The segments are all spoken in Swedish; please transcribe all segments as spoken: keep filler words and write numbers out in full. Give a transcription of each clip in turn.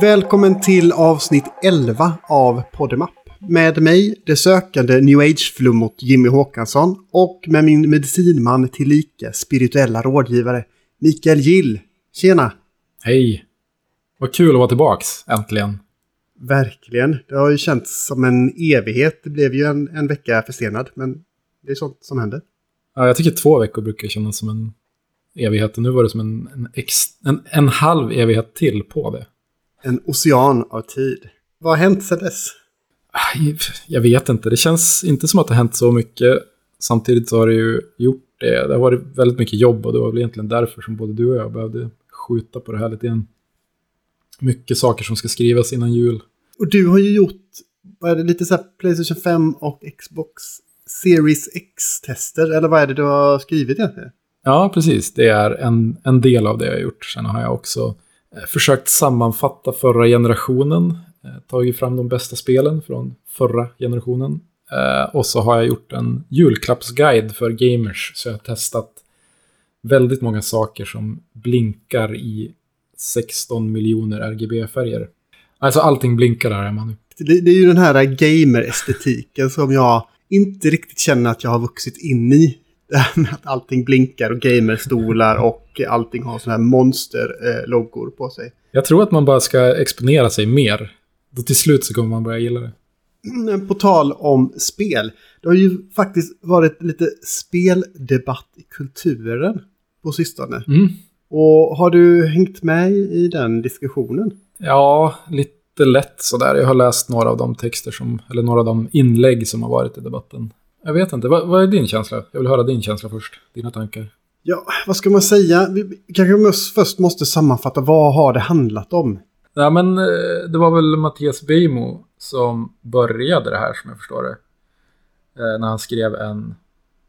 Välkommen till avsnitt elva av Poddemap. Med mig, det sökande New Age-flummot Jimmy Håkansson och med min medicinman tillika spirituella rådgivare Mikael Gill. Tjena! Hej! Vad kul att vara tillbaks, äntligen. Verkligen. Det har ju känts som en evighet. Det blev ju en, en vecka försenad, men det är sånt som händer. Ja, jag tycker två veckor brukar kännas som en evighet. Och nu var det som en, en, ex, en, en halv evighet till på det. En ocean av tid. Vad har hänt sedan dess? Jag vet inte. Det känns inte som att det har hänt så mycket. Samtidigt så har det ju gjort det. Det har varit väldigt mycket jobb och det var väl egentligen därför som både du och jag behövde skjuta på det här lite igen. Mycket saker som ska skrivas innan jul. Och du har ju gjort vad är det, lite så här PlayStation fem och Xbox Series X-tester. Eller vad är det du har skrivit egentligen? Ja, precis. Det är en, en del av det jag har gjort. Sen har jag också eh, försökt sammanfatta förra generationen. Eh, tagit fram de bästa spelen från förra generationen. Eh, och så har jag gjort en julklappsguide för gamers. Så jag har testat väldigt många saker som blinkar i sexton miljoner R G B-färger. Alltså allting blinkar där hemma nu. Det, det är ju den här gamer-estetiken som jag inte riktigt känner att jag har vuxit in i. Det här med att allting blinkar och gamerstolar och allting har såna här monster-loggor på sig. Jag tror att man bara ska exponera sig mer. Då till slut så kommer man börja gilla det. På tal om spel. Det har ju faktiskt varit lite speldebatt i kulturen på sistone. Mm. Och har du hängt med i den diskussionen? Ja, lite lätt sådär. Jag har läst några av de texter som, eller några av de inlägg som har varit i debatten. Jag vet inte, vad, vad är din känsla? Jag vill höra din känsla först, dina tankar. Ja, vad ska man säga? Vi kanske först måste sammanfatta, vad har det handlat om? Ja, men det var väl Mattias Beijmo som började det här, som jag förstår det. När han skrev en,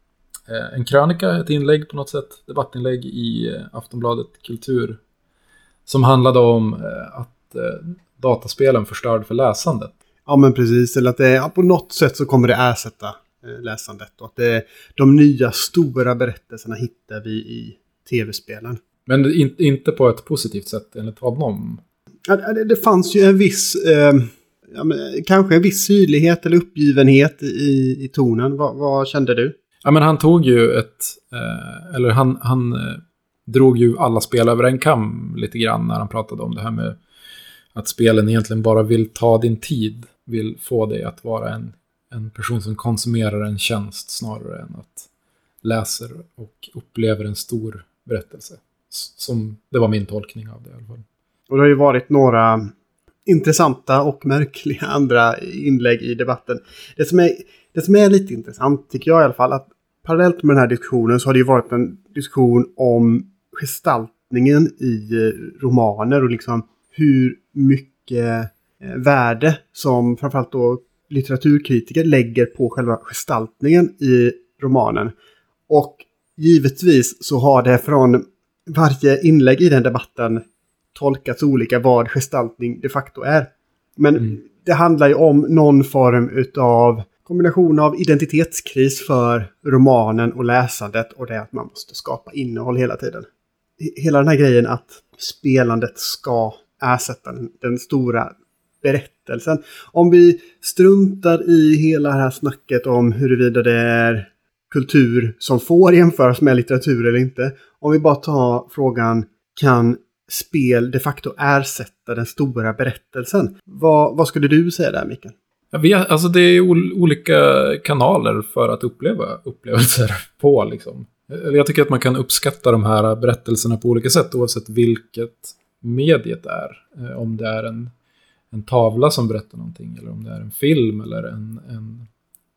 en krönika, ett inlägg på något sätt, debattinlägg i Aftonbladet Kultur. Som handlade om att dataspelen förstörde för läsandet. Ja, men precis. Eller att det, på något sätt så kommer det ersätta läsandet. Och att det, de nya stora berättelserna hittar vi i tv-spelen. Men in, inte på ett positivt sätt enligt honom. Ja, det, det fanns ju en viss, eh, ja, men, kanske en viss syrlighet eller uppgivenhet i, i tonen. Va, vad kände du? Ja, men han tog ju ett, eh, eller han, han eh, drog ju alla spel över en kam lite grann när han pratade om det här med att spelen egentligen bara vill ta din tid. Vill få dig att vara en, en person som konsumerar en tjänst snarare än att läser och upplever en stor berättelse. Som, det var min tolkning av det i alla fall. Och det har ju varit några intressanta och märkliga andra inlägg i debatten. Det som är, det som är lite intressant tycker jag i alla fall, att parallellt med den här diskussionen så har det ju varit en diskussion om gestaltningen i romaner och liksom hur mycket värde som framförallt då litteraturkritiker lägger på själva gestaltningen i romanen. Och givetvis så har det från varje inlägg i den debatten tolkats olika vad gestaltning de facto är. Men mm. det handlar ju om någon form av kombination av identitetskris för romanen och läsandet och det är att man måste skapa innehåll hela tiden. Hela den här grejen att spelandet ska ersätta den, den stora berättelsen. Om vi struntar i hela det här snacket om huruvida det är kultur som får jämföras med litteratur eller inte. Om vi bara tar frågan, kan spel de facto ersätta den stora berättelsen? Vad, vad skulle du säga där, Mikael? Ja, vi, alltså det är ol- olika kanaler för att uppleva upplevelser på. Liksom. Jag tycker att man kan uppskatta de här berättelserna på olika sätt oavsett vilket mediet är. Om det är en, en tavla som berättar någonting eller om det är en film eller en, en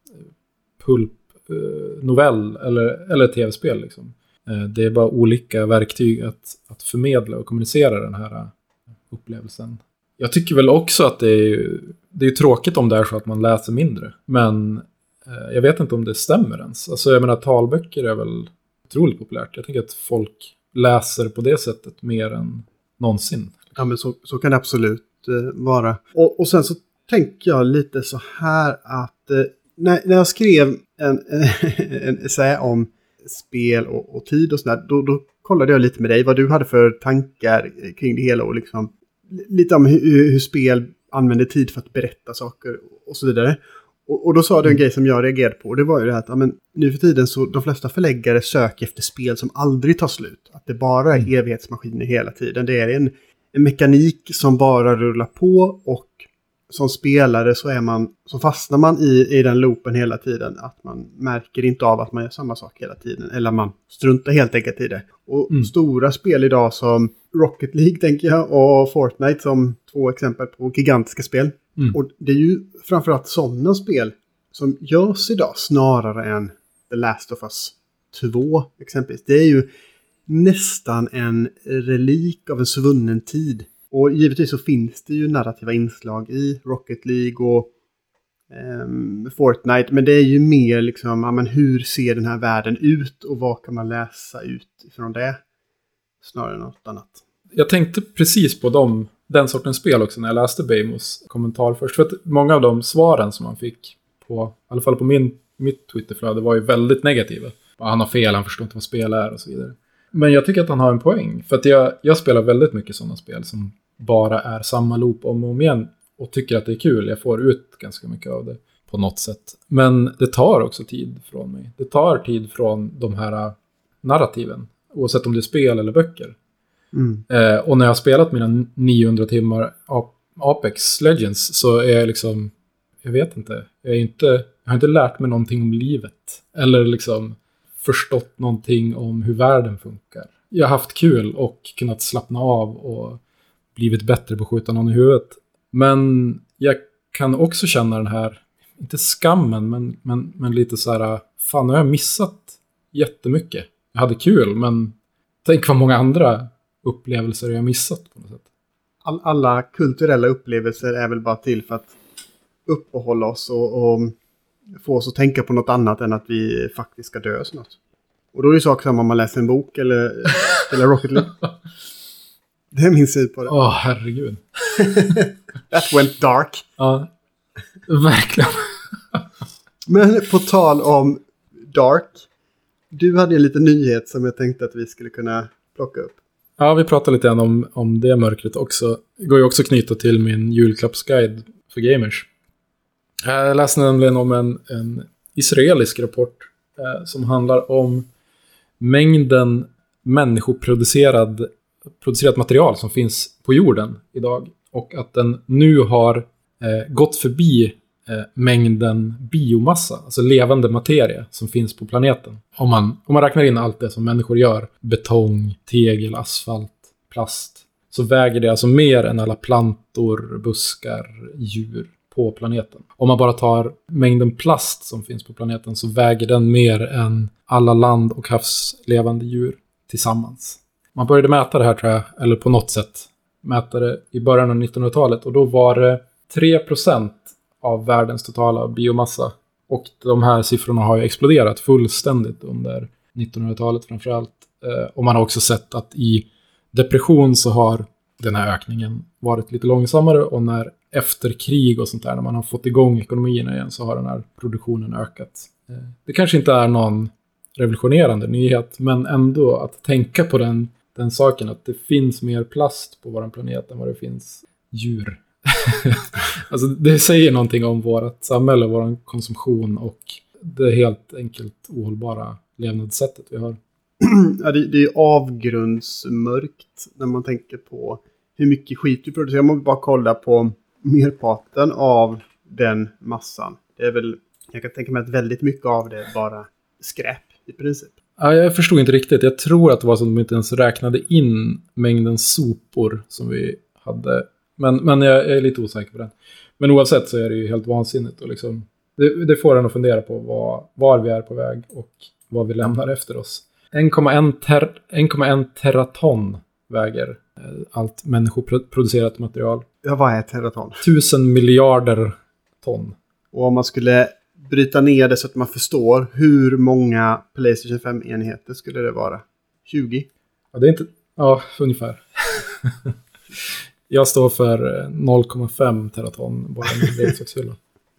pulpnovell eller, eller ett tv-spel. Liksom. Det är bara olika verktyg att, att förmedla och kommunicera den här upplevelsen. Jag tycker väl också att det är, det är tråkigt om det är så att man läser mindre. Men eh, jag vet inte om det stämmer ens. Alltså jag menar, talböcker är väl otroligt populärt. Jag tänker att folk läser på det sättet mer än någonsin. Ja, men så, så kan det absolut eh, vara. Och, och sen så tänker jag lite så här att eh, när, när jag skrev en, en essä om spel och, och tid och sådär, då, då kollade jag lite med dig vad du hade för tankar kring det hela och liksom lite om hur, hur spel använder tid för att berätta saker och så vidare. Och, och då sa du en mm. grej som jag reagerade på. Det var ju det här att ja, men, nu för tiden så de flesta förläggare söker efter spel som aldrig tar slut. Att det bara är evighetsmaskiner hela tiden. Det är en, en mekanik som bara rullar på, och som spelare så är man så fastnar man i, i den loopen hela tiden. Att man märker inte av att man gör samma sak hela tiden. Eller man struntar helt enkelt i det. Och mm. stora spel idag som Rocket League tänker jag, och Fortnite som två exempel på gigantiska spel. Mm. Och det är ju framförallt sådana spel som görs idag snarare än The Last of Us två exempelvis. Det är ju nästan en relik av en svunnen tid. Och givetvis så finns det ju narrativa inslag i Rocket League och um, Fortnite. Men det är ju mer liksom, ja, men hur ser den här världen ut och vad kan man läsa ut ifrån det? Snarare än något annat. Jag tänkte precis på dem, den sortens spel också när jag läste Beimos kommentar först. För att många av de svaren som man fick, på, i alla fall på min, mitt Twitterflöde, var ju väldigt negativa. Han har fel, han förstår inte vad spel är och så vidare. Men jag tycker att han har en poäng. För att jag, jag spelar väldigt mycket sådana spel som bara är samma loop om och om igen. Och tycker att det är kul. Jag får ut ganska mycket av det på något sätt. Men det tar också tid från mig. Det tar tid från de här narrativen. Oavsett om det är spel eller böcker. Mm. Eh, och när jag har spelat mina niohundra timmar Apex Legends så är jag liksom, jag vet inte. Jag, är inte, jag har inte lärt mig någonting om livet. Eller liksom förstått någonting om hur världen funkar. Jag har haft kul och kunnat slappna av och blivit bättre på att skjuta någon i huvudet. Men jag kan också känna den här, inte skammen, men, men, men lite så här, fan, nu har jag missat jättemycket. Jag hade kul, men tänk vad många andra upplevelser jag har missat på något sätt. All, alla kulturella upplevelser är väl bara till för att uppehålla oss och, och få oss att tänka på något annat än att vi faktiskt ska dö snart. Och då är det saker som om man läser en bok eller, eller Rocket League. Det är min syn på det. Åh, oh, herregud. That went dark. Ja, verkligen. Men på tal om dark. Du hade en liten nyhet som jag tänkte att vi skulle kunna plocka upp. Ja, vi pratar lite grann om, om det mörkret också. Det går ju också knyta till min julklappsguide för gamers. Jag läste nämligen om en, en israelisk rapport eh, som handlar om mängden människoproducerad producerat material som finns på jorden idag. Och att den nu har eh, gått förbi eh, mängden biomassa, alltså levande materia som finns på planeten. Om man, om man räknar in allt det som människor gör, betong, tegel, asfalt, plast, så väger det alltså mer än alla plantor, buskar, djur på planeten. Om man bara tar mängden plast som finns på planeten så väger den mer än alla land- och havslevande djur tillsammans. Man började mäta det här, tror jag, eller på något sätt mäta det i början av nittonhundratalet, och då var det tre procent av världens totala biomassa. Och de här siffrorna har ju exploderat fullständigt under nittonhundratalet framförallt. Och man har också sett att i depression så har den här ökningen varit lite långsammare, och när efter krig och sånt där, när man har fått igång ekonomierna igen, så har den här produktionen ökat. Det kanske inte är någon revolutionerande nyhet, men ändå att tänka på den, den saken, att det finns mer plast på vår planet än vad det finns djur. Alltså det säger någonting om vårt samhälle, vår konsumtion och det helt enkelt ohållbara levnadssättet vi har. Ja, det, det är avgrundsmörkt när man tänker på hur mycket skit vi producerar. Man måste bara kolla på merparten av den massan. Det är väl, jag kan tänka mig att väldigt mycket av det är bara skräp i princip. Ja, jag förstod inte riktigt. Jag tror att det var så att de inte ens räknade in mängden sopor som vi hade. Men, men jag, jag är lite osäker på det. Men oavsett så är det ju helt vansinnigt. Och liksom, det, det får en att fundera på vad, var vi är på väg och vad vi lämnar efter oss. en komma en ter, teraton väger allt människoproducerat material. Ja, vad är teraton? Tusen miljarder ton. Och om man skulle bryta ner det så att man förstår hur många PlayStation fem-enheter skulle det vara? tjugo? Ja, det är inte... Ja, ungefär. Jag står för noll komma fem teraton bara med leksakshylla.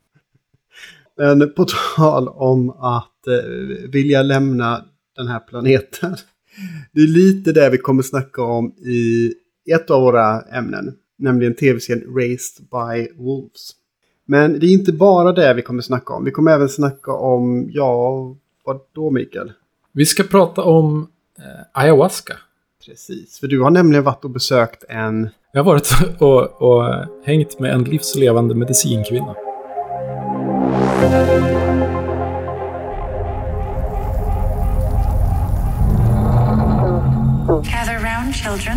Men på tal om att eh, vilja lämna den här planeten. Det är lite det vi kommer snacka om i ett av våra ämnen. nämligen tv-serien Raised by Wolves. Men det är inte bara det vi kommer snacka om. Vi kommer även snacka om, ja, vad då Mikael? Vi ska prata om eh, ayahuasca. Precis, för du har nämligen varit och besökt en... Jag har varit och, och hängt med en livslevande medicinkvinna. Gather round, children.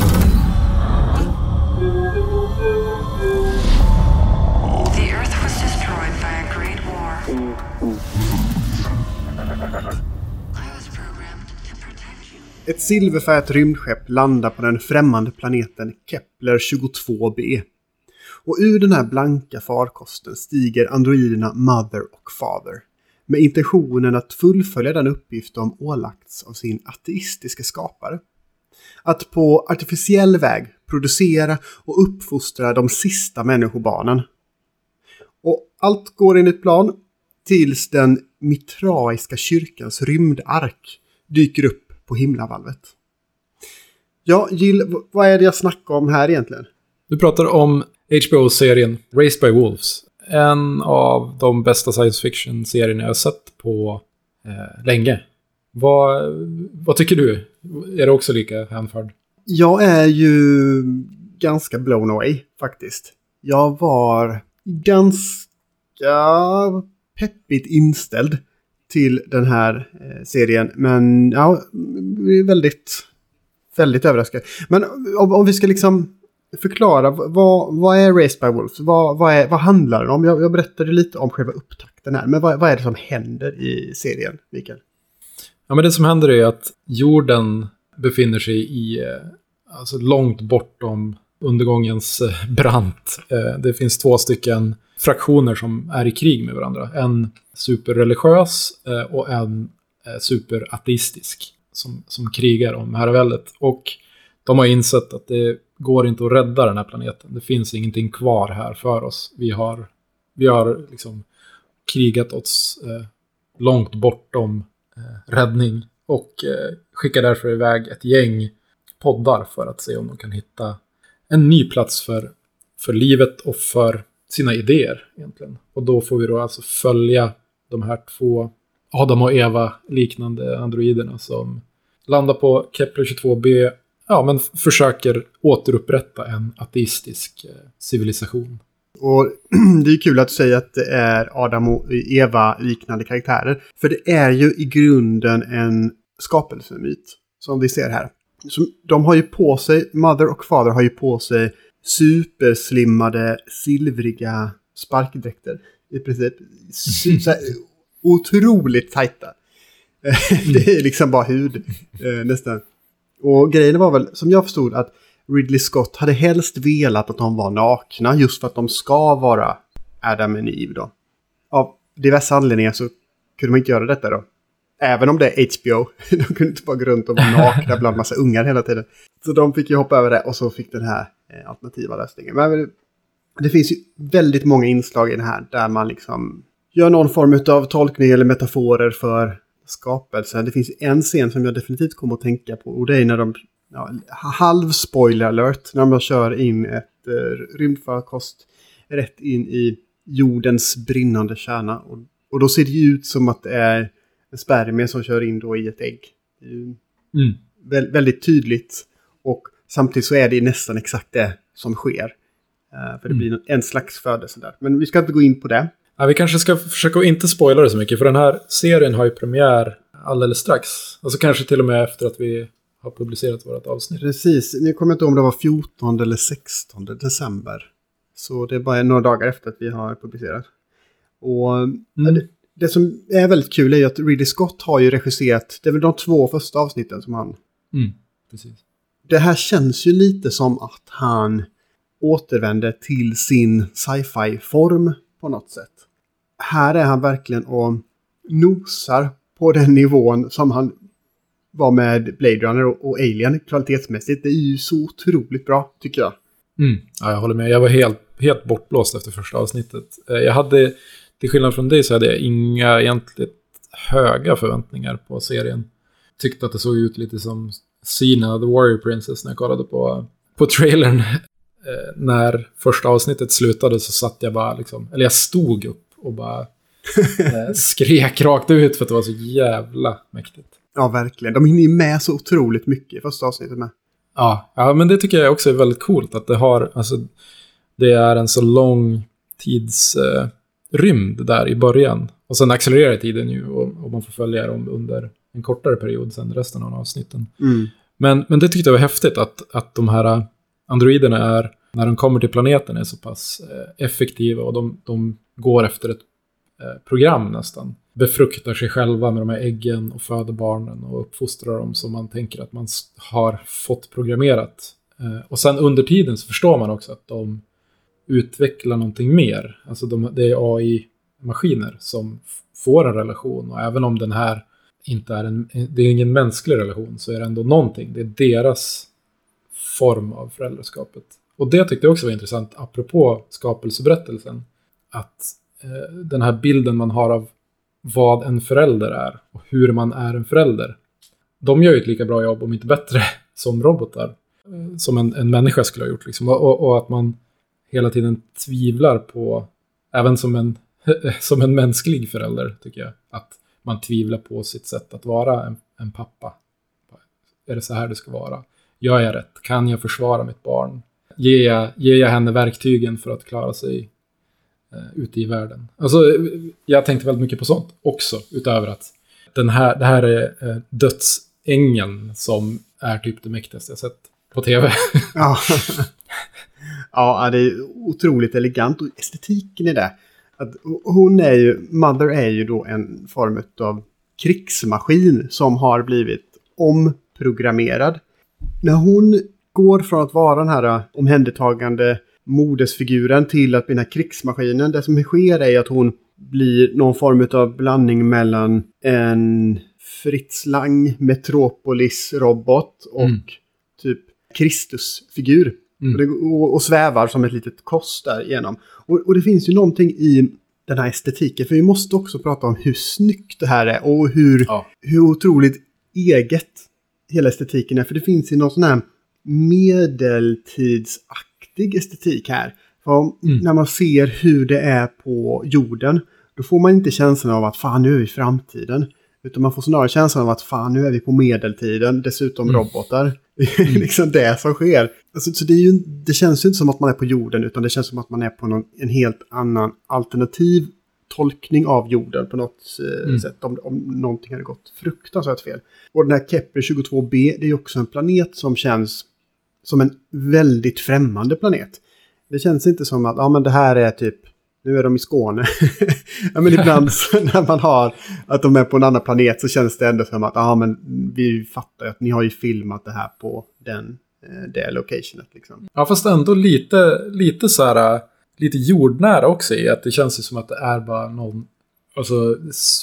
The earth was destroyed by a great war. I was programmed to protect you. Ett silverfärgat rymdskepp landar på den främmande planeten Kepler tjugotvå b. Och ur den här blanka farkosten stiger androiderna Mother och Father. Med intentionen att fullfölja den uppgift de ålagts av sin ateistiska skapare. Att på artificiell väg producera och uppfostra de sista människobarnen. Och allt går enligt plan tills den mitraiska kyrkans rymdark dyker upp på himlavalvet. Ja, Jill, vad är det jag snackar om här egentligen? Du pratar om H B O-serien Raised by Wolves. En av de bästa science fiction-serierna jag har sett på eh, länge. Vad, vad tycker du? Är det också lika hänförd? Jag är ju ganska blown away faktiskt. Jag var ganska peppigt inställd till den här eh, serien. Men ja, väldigt, väldigt överraskad. Men om, om vi ska liksom förklara, vad, vad är Raised by Wolves? Vad, vad, är, vad handlar det om? Jag, jag berättade lite om själva upptakten här. Men vad, vad är det som händer i serien, Mikael? Ja, men det som händer är att jorden befinner sig i, alltså långt bortom undergångens brant. Det finns två stycken fraktioner som är i krig med varandra. En superreligiös och en superateistisk som, som krigar om herraväldet. Och de har insett att det går inte att rädda den här planeten. Det finns ingenting kvar här för oss. Vi har, vi har liksom krigat oss eh, långt bortom eh, räddning. Och eh, skickar därför iväg ett gäng poddar för att se om de kan hitta en ny plats för, för livet och för sina idéer egentligen. Och då får vi då alltså följa de här två Adam och Eva liknande androiderna som landar på Kepler tjugotvå b. Ja, men försöker återupprätta en ateistisk eh, civilisation. Och det är kul att säga att det är Adam och Eva liknande karaktärer. För det är ju i grunden en skapelsemyt som vi ser här. Så de har ju på sig, Mother och Father har ju på sig superslimmade, silvriga sparkdräkter. I princip så här, otroligt tajta. Det är liksom bara hud eh, nästan. Och grejen var väl, som jag förstod, att Ridley Scott hade helst velat att de var nakna just för att de ska vara Adam och Eve då. Av diverse anledningar så kunde man inte göra detta då. Även om det är H B O. De kunde inte bara gå runt och vara nakna bland massa ungar hela tiden. Så de fick ju hoppa över det och så fick den här eh, alternativa lösningen. Men det finns ju väldigt många inslag i den här där man liksom gör någon form av tolkning eller metaforer för skapelsen. Det finns en scen som jag definitivt kommer att tänka på. Och det är när de, ja, halv spoiler alert, när de kör in ett eh, rymdfarkost rätt in i jordens brinnande kärna. Och, och då ser det ju ut som att det är en spermie som kör in då i ett ägg. Mm. Vä- väldigt tydligt. Och samtidigt så är det nästan exakt det som sker. Uh, för det blir mm. en slags födelse där. Men vi ska inte gå in på det. Ja, vi kanske ska försöka att inte spoila det så mycket. För den här serien har ju premiär alldeles strax. Alltså kanske till och med efter att vi har publicerat vårt avsnitt. Precis. Nu kommer jag inte ihåg om det var fjortonde eller sextonde december. Så det är bara några dagar efter att vi har publicerat. Och mm. det, det som är väldigt kul är ju att Ridley Scott har ju regisserat, det är väl de två första avsnitten som han... Mm, precis. Det här känns ju lite som att han återvänder till sin sci-fi-form på något sätt. Här är han verkligen och nosar på den nivån som han var med Blade Runner och, och Alien kvalitetsmässigt. Det är ju så otroligt bra, tycker jag. Mm. Ja, jag håller med. Jag var helt, helt bortblåst efter första avsnittet. Jag hade, till skillnad från dig så hade jag inga egentligen höga förväntningar på serien. Tyckte att det såg ut lite som Xena, The Warrior Princess, när jag kollade på, på trailern. eh, när första avsnittet slutade så satt jag bara liksom, eller jag stod upp och bara eh, skrek rakt ut för att det var så jävla mäktigt. Ja, verkligen. De hinner med så otroligt mycket i första avsnittet med. Ja, ja, men det tycker jag också är väldigt coolt att det har, alltså det är en så lång tidsrymd eh, där i början. Och sen accelererar tiden ju och, och man får följa dem under en kortare period sen resten av avsnitten. Mm. Men, men det tyckte jag var häftigt att, att de här androiderna är, när de kommer till planeten, är så pass eh, effektiva och de, de går efter ett eh, program nästan. Befruktar sig själva med de här äggen och föder barnen och uppfostrar dem som man tänker att man har fått programmerat. Eh, och sen under tiden så förstår man också att de utvecklar någonting mer. Alltså de, det är A I-maskiner som f- får en relation och även om den här inte är en, det är ingen mänsklig relation så är det ändå någonting. Det är deras form av föräldraskapet. Och det tyckte jag också var intressant apropå skapelseberättelsen. Att eh, den här bilden man har av vad en förälder är och hur man är en förälder. De gör ju ett lika bra jobb, om inte bättre, som robotar. Eh, som en, en människa skulle ha gjort. Liksom. Och, och, och att man hela tiden tvivlar på, även som en, som en mänsklig förälder tycker jag, att man tvivlar på sitt sätt att vara en, en pappa. Är det så här det ska vara? Gör jag rätt? Kan jag försvara mitt barn? Ger jag, ger jag henne verktygen för att klara sig eh, ute i världen? Alltså, jag tänkte väldigt mycket på sånt också, utöver att den här, det här är eh, dödsängeln som är typ det mäktigaste jag sett på tv. Ja. Ja, det är otroligt elegant och estetiken i det. Att hon är ju, Mother är ju då en form av krigsmaskin som har blivit omprogrammerad. När hon går från att vara den här omhändertagande modesfiguren till att bli den här krigsmaskinen, det som sker är att hon blir någon form av blandning mellan en Fritz Lang Metropolis-robot och mm. typ Kristusfigur. Mm. Och, det, och, och svävar som ett litet kors där igenom. Och, och det finns ju någonting i den här estetiken. För vi måste också prata om hur snyggt det här är. Och hur, ja. hur otroligt eget hela estetiken är. För det finns ju någon sån här medeltidsaktig estetik här. För mm. när man ser hur det är på jorden. Då får man inte känslan av att fan nu är vi i framtiden. Utan man får snarare känslan av att fan nu är vi på medeltiden. Dessutom mm. robotar. Det är liksom det som sker. Alltså, så det, är ju, det känns ju inte som att man är på jorden. Utan det känns som att man är på någon, en helt annan alternativ tolkning av jorden på något mm. sätt. Om, om någonting hade gått fruktansvärt fel. Och den här Kepler tjugotvå b, det är ju också en planet som känns som en väldigt främmande planet. Det känns inte som att ja, men det här är typ, nu är de i Skåne. Ja, men ibland när man har att de är på en annan planet så känns det ändå som att ja, men vi fattar att ni har ju filmat det här på den, det locationet. Liksom. Ja, fast ändå lite, lite så här, lite jordnära också i att det känns ju som att det är bara någon alltså,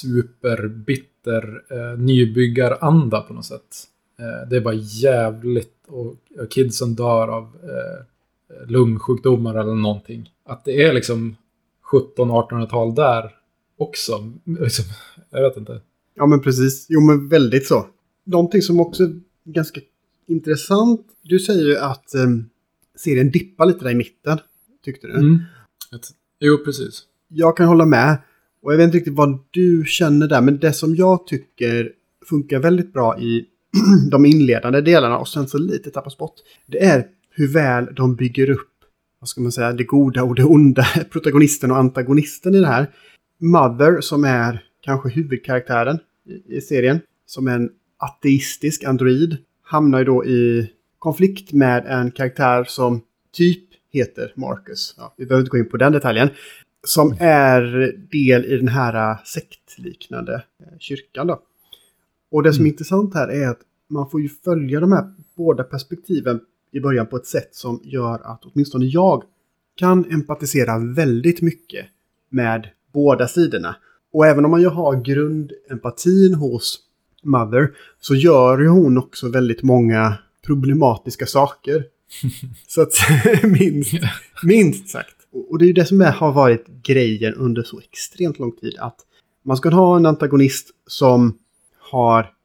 superbitter eh, nybyggaranda på något sätt. Eh, det är bara jävligt och, och kidsen dör av eh, lungsjukdomar eller någonting. Att det är liksom sjutton-artonhundratal där också. Liksom, jag vet inte. Ja, men precis. Jo, men väldigt så. Någonting som också är ganska intressant. Du säger ju att um, serien dippar lite där i mitten. Tyckte du? Mm. Jo, precis. Jag kan hålla med. Och jag vet inte riktigt vad du känner där. Men det som jag tycker funkar väldigt bra i de inledande delarna och sen så lite tappas bort. Det är hur väl de bygger upp, vad ska man säga, det goda och det onda, protagonisten och antagonisten i det här. Mother, som är kanske huvudkaraktären i, i serien, som är en ateistisk android, hamnar ju då i konflikt med en karaktär som typ heter Marcus. Ja, vi behöver inte gå in på den detaljen. Som är del i den här sektliknande kyrkan då. Och det som är mm. intressant här är att man får ju följa de här båda perspektiven i början på ett sätt som gör att åtminstone jag kan empatisera väldigt mycket med båda sidorna. Och även om man ju har grundempatin hos Mother så gör ju hon också väldigt många problematiska saker. Så att minst, minst sagt. Och det är ju det som är, har varit grejen under så extremt lång tid. Att man ska ha en antagonist som har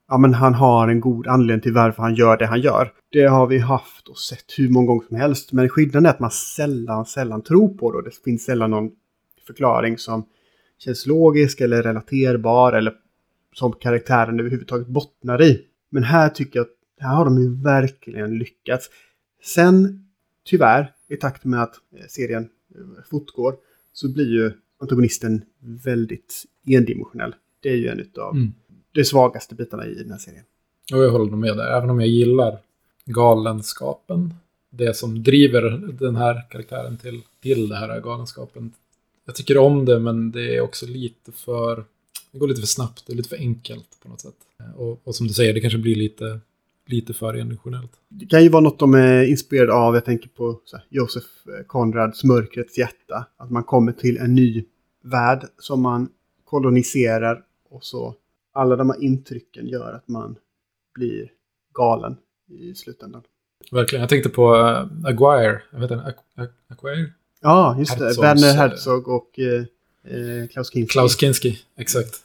ja, men han har en god anledning till varför han gör det han gör. Det har vi haft och sett hur många gånger som helst. Men skillnaden är att man sällan, sällan tror på det. Och det finns sällan någon förklaring som känns logisk eller relaterbar. Eller som karaktären överhuvudtaget bottnar i. Men här tycker jag att här har de ju verkligen lyckats. Sen, tyvärr, i takt med att serien fortgår så blir ju antagonisten väldigt endimensionell. Det är ju en av mm. de svagaste bitarna i den här serien. Och jag håller nog med där. Även om jag gillar galenskapen. Det som driver den här karaktären till, till det här galenskapen. Jag tycker om det, men det är också lite för... Det går lite för snabbt. Det är lite för enkelt på något sätt. Och, och som du säger, det kanske blir lite, lite för endimensionellt. Det kan ju vara något de är inspirerade av. Jag tänker på så här, Joseph Conrads Mörkrets hjärta. Att man kommer till en ny värld som man koloniserar. Och så alla de här intrycken gör att man blir galen i slutändan. Verkligen. Jag tänkte på uh, Aguirre. Jag vet inte, Aguirre? Ja, just det. Werner Herzog och uh, Klaus Kinski. Klaus Kinski, exakt.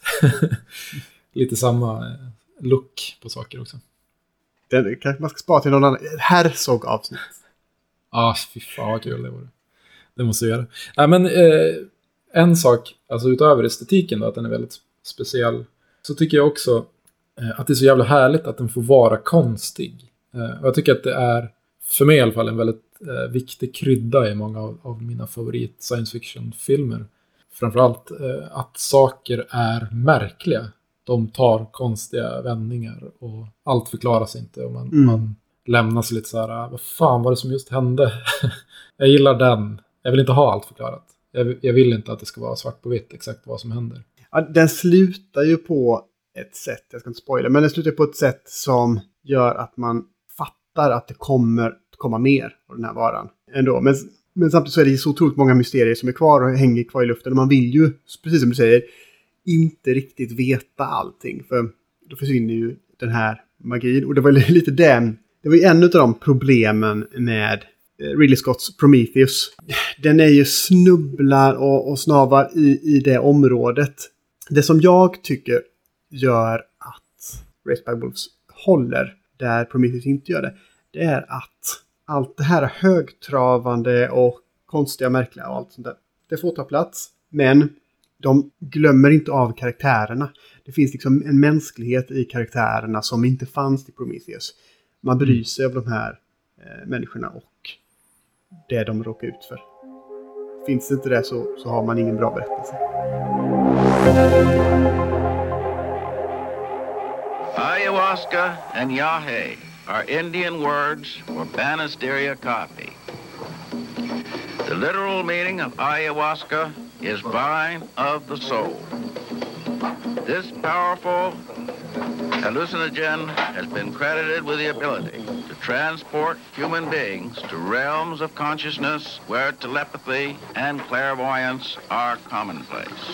Lite samma look på saker också. Det kanske man ska spara till någon annan. Herzog-avsnitt. Ja, ah, fy fan vad kul det var. Det måste vi göra. Nej, men eh, en sak, alltså utöver estetiken då, att den är väldigt speciell, så tycker jag också eh, att det är så jävla härligt att den får vara konstig. Eh, och jag tycker att det är, för mig i alla fall, en väldigt eh, viktig krydda i många av, av mina favorit science fiction-filmer. Framförallt eh, att saker är märkliga. De tar konstiga vändningar och allt förklaras inte. Och man, mm. man lämnas lite så här, vad fan var det som just hände? Jag gillar den. Jag vill inte ha allt förklarat. Jag, jag vill inte att det ska vara svart på vitt exakt vad som händer. Ja, den slutar ju på ett sätt, jag ska inte spoila, men den slutar på ett sätt som gör att man fattar att det kommer komma mer av den här varan ändå. Men, men samtidigt så är det så otroligt många mysterier som är kvar och hänger kvar i luften. Och man vill ju, precis som du säger, inte riktigt veta allting. För då försvinner ju den här magin. Och det var lite den, det var ju en av de problemen med Ridley Scotts Prometheus. Den är ju snubblar och, och snavar i, i det området. Det som jag tycker gör att Raised by Wolves håller där Prometheus inte gör det, det är att allt det här högtravande och konstiga, märkliga och allt sånt där, det får ta plats. Men de glömmer inte av karaktärerna. Det finns liksom en mänsklighet i karaktärerna som inte fanns i Prometheus. Man bryr sig av de här eh, människorna och det de råkar ut för. Finns inte det så, så har man ingen bra berättelse. Ayahuasca and yahe are Indian words for Banisteria coffee. The literal meaning of ayahuasca is vine of the soul. This powerful hallucinogen has been credited with the ability to transport human beings to realms of consciousness where telepathy and clairvoyance are commonplace.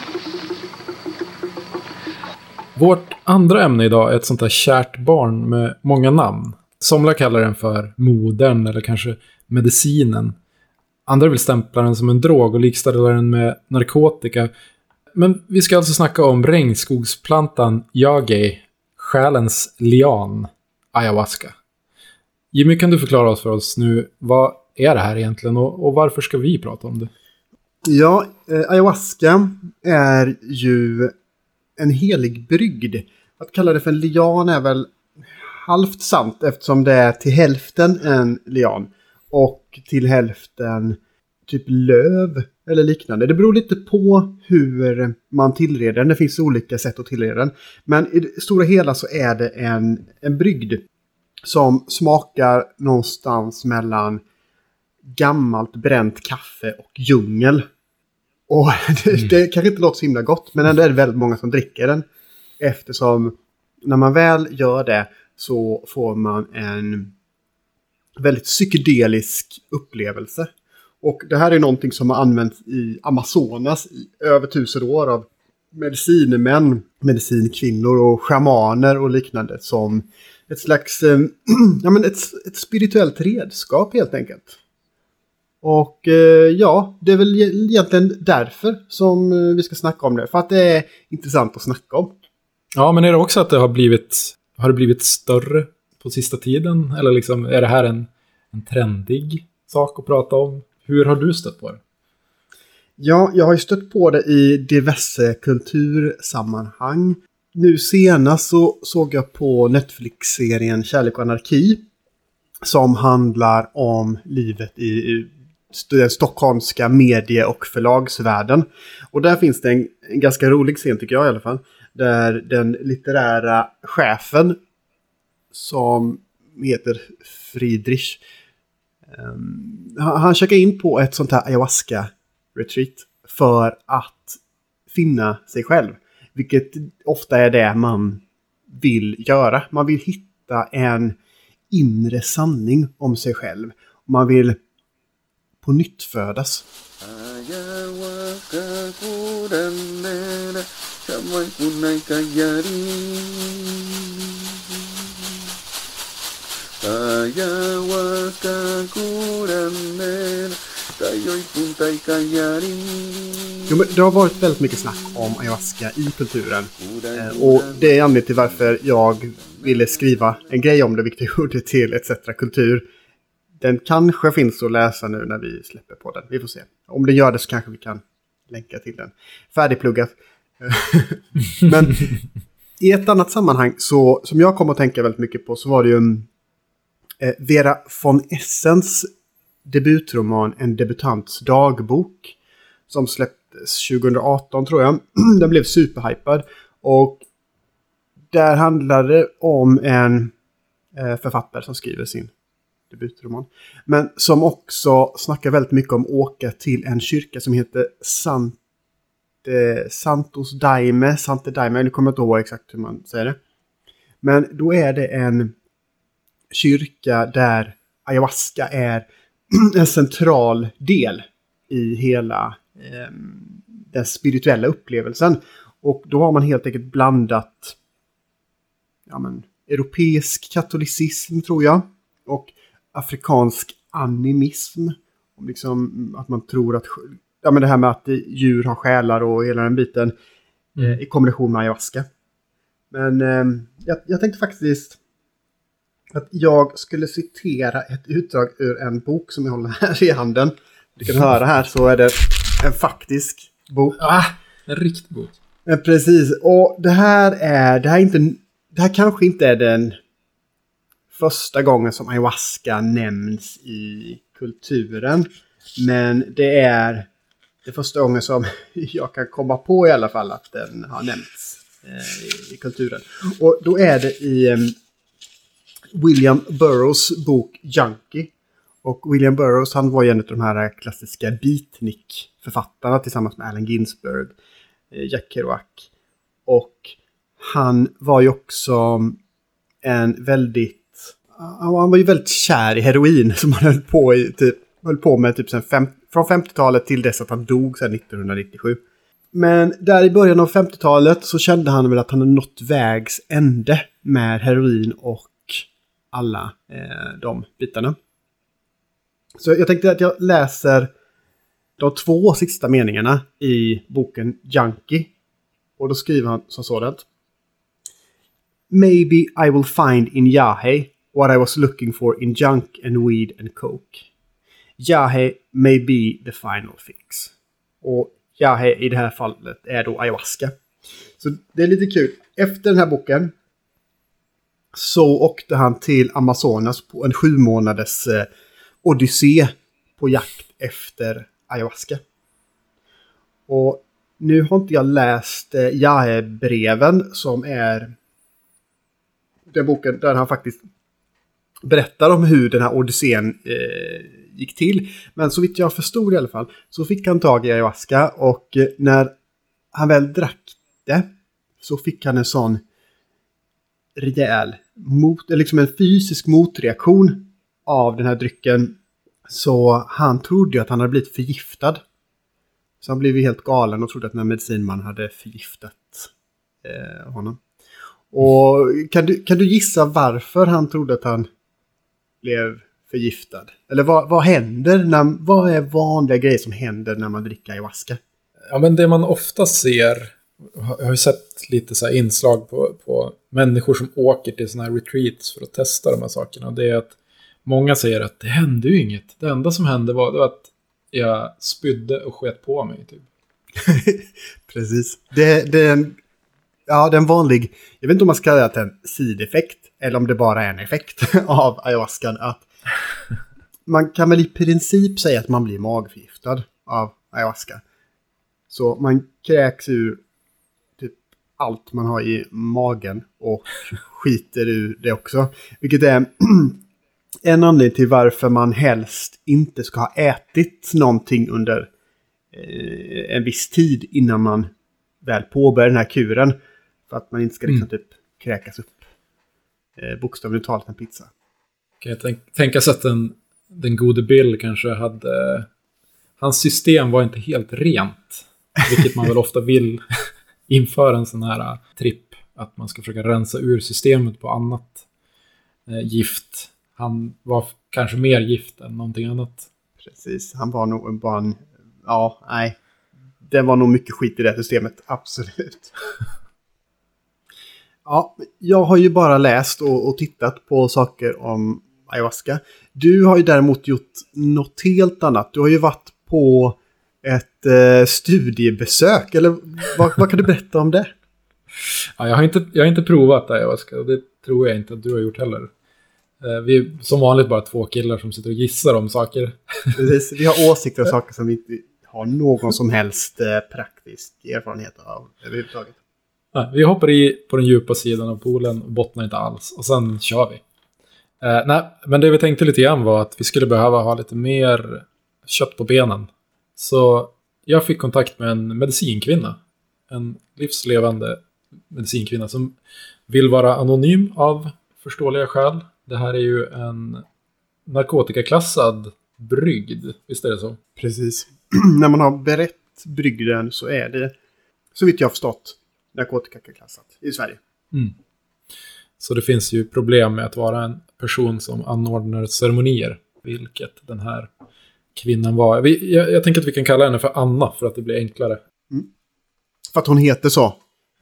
Vårt andra ämne idag är ett sånt där kärt barn med många namn. Somliga kallar den för modern eller kanske medicinen. Andra vill stämpla den som en drog och likställa den med narkotika. Men vi ska alltså snacka om regnskogsplantan Yagé, själens lian, ayahuasca. Jimmy, kan du förklara oss för oss nu, vad är det här egentligen och, och varför ska vi prata om det? Ja, eh, ayahuasca är ju en helig brygd. Att kalla det för en lian är väl halvt sant eftersom det är till hälften en lian och till hälften typ löv eller liknande. Det beror lite på hur man tillreder den. Det finns olika sätt att tillreda den. Men i det stora hela så är det en, en brygd som smakar någonstans mellan gammalt bränt kaffe och djungel. Och det, mm. det kanske inte låter så himla gott, men ändå är det väldigt många som dricker den. Eftersom när man väl gör det så får man en väldigt psykedelisk upplevelse. Och det här är någonting som har använts i Amazonas i över tusen år av medicinmän, medicinkvinnor och schamaner och liknande som ett slags, eh, ja men ett, ett spirituellt redskap helt enkelt. Och eh, ja, det är väl egentligen därför som vi ska snacka om det. För att det är intressant att snacka om. Ja, men är det också att det har blivit, har det blivit större på sista tiden? Eller liksom, är det här en, en trendig sak att prata om? Hur har du stött på det? Ja, jag har ju stött på det i diverse kultursammanhang. Nu senast så såg jag på Netflix-serien Kärlek och anarki. Som handlar om livet i den stockholmska medie- och förlagsvärlden. Och där finns det en, en ganska rolig scen tycker jag i alla fall. Där den litterära chefen som heter Friedrich. Um, han, han checkar in på ett sånt här ayahuasca-retreat för att finna sig själv. Vilket ofta är det man vill göra. Man vill hitta en inre sanning om sig själv. Man vill på nytt födas. Jo, men det har varit väldigt mycket snack om ayahuasca i kulturen. Eh, och det är anledningen till varför jag ville skriva en grej om det, vilket jag gjorde till et cetera kultur. Den kanske finns att läsa nu när vi släpper på den. Vi får se. Om det gör det så kanske vi kan länka till den. Färdigpluggat. Men i ett annat sammanhang så, som jag kom att tänka väldigt mycket på, så var det ju eh, Vera von Essens debutroman En debutants dagbok som släpptes tjugo arton tror jag. Den blev superhypad och där handlar det om en eh, författare som skriver sin debutroman. Men som också snackar väldigt mycket om att åka till en kyrka som heter Sant, eh, Santos Daime. Sante Daime, nu kommer jag inte ihåg exakt hur man säger det. Men då är det en kyrka där ayahuasca är en central del i hela eh, den spirituella upplevelsen. Och då har man helt enkelt blandat ja, men, europeisk katolicism tror jag och afrikansk animism. Liksom att man tror att ja, men det här med att djur har själar och hela den biten mm. eh, i kombination med ayahuasca. Men eh, jag, jag tänkte faktiskt att jag skulle citera ett utdrag ur en bok som jag håller här i handen. Du kan höra här så är det en faktisk bok. Ah, en riktig bok. Eh, precis, och det här är det här är inte det här kanske inte är den första gången som ayahuasca nämns i kulturen. Men det är det första gången som jag kan komma på i alla fall att den har nämnts eh, i kulturen. Och då är det i eh, William Burroughs bok Junkie. Och William Burroughs, han var ju en av de här klassiska beatnik-författarna tillsammans med Allen Ginsberg, eh, Jack Kerouac. Och han var ju också en väldigt han var ju väldigt kär i heroin som han höll på, i, typ, höll på med typ sen fem, från femtiotalet till dess att han dog sen nittonhundranittiosju. Men där i början av femtiotalet så kände han väl att han hade nått vägs ände med heroin och alla eh, de bitarna. Så jag tänkte att jag läser de två sista meningarna i boken Junkie. Och då skriver han som sådant. Maybe I will find in Yahe what I was looking for in junk and weed and coke. Yahe may be the final fix. Och Yahe i det här fallet är då ayahuasca. Så det är lite kul. Efter den här boken så åkte han till Amazonas på en sju månaders eh, odyssé på jakt efter ayahuasca. Och nu har inte jag läst eh, Yahe-breven som är den boken där han faktiskt berättar om hur den här odyssén eh, gick till. Men så vitt jag förstod i alla fall så fick han tag i ayahuasca och eh, när han väl drack det så fick han en sån rejäl mot, liksom en fysisk motreaktion av den här drycken. Så han trodde ju att han hade blivit förgiftad. Så han blev ju helt galen och trodde att den här medicinman hade förgiftat eh, honom. Och kan du, kan du gissa varför han trodde att han blev förgiftad? Eller vad, vad händer? När, vad är vanliga grejer som händer när man dricker ayahuasca? Ja, men det man ofta ser jag har ju sett lite så här inslag på, på människor som åker till såna här retreats för att testa de här sakerna. Det är att många säger att det hände ju inget. Det enda som hände var, det var att jag spydde och sket på mig typ. Precis. Det, det, är en, ja, det är en vanlig, jag vet inte om man ska kalla det en sideffekt eller om det bara är en effekt av ayahuascan. Att man kan väl i princip säga att man blir magförgiftad av ayahuasca. Så man kräks ur typ allt man har i magen och skiter ur det också. Vilket är en anledning till varför man helst inte ska ha ätit någonting under eh, en viss tid innan man väl påbörjar den här kuren. För att man inte ska liksom, mm. typ kräkas upp eh, bokstavligt talat en pizza. Kan jag tänk- tänka sig att den, den gode Bill kanske hade... Hans system var inte helt rent. Vilket man väl ofta vill inför en sån här tripp. Att man ska försöka rensa ur systemet på annat eh, gift. Han var f- kanske mer gift än någonting annat. Precis, han var nog bara en... Ja, nej. Det var nog mycket skit i det systemet, absolut. Ja, jag har ju bara läst och, och tittat på saker om ayahuasca. Du har ju däremot gjort något helt annat. Du har ju varit på ett eh, studiebesök. Eller vad, vad kan du berätta om det? Ja, jag har inte, jag har inte provat ayahuasca och det tror jag inte att du har gjort heller. Eh, vi är som vanligt bara två killar som sitter och gissar om saker. Precis, vi har åsikter och saker som vi inte har någon som helst eh, praktisk erfarenhet av överhuvudtaget. Ja, vi hoppar i på den djupa sidan av poolen och bottnar inte alls. Och sen kör vi. Eh, nej, men det vi tänkte lite grann var att vi skulle behöva ha lite mer kött på benen. Så jag fick kontakt med en medicinkvinna. En livslevande medicinkvinna som vill vara anonym av förståeliga skäl. Det här är ju en narkotikaklassad brygd. Visst är det så? Precis. När man har berett brygden så är det, så vitt jag har förstått, narkotikaklassat i Sverige. Mm. Så det finns ju problem med att vara en person som anordnar ceremonier. Vilket den här kvinnan var. Vi, jag, jag tänker att vi kan kalla henne för Anna för att det blir enklare. Mm. För att hon heter så.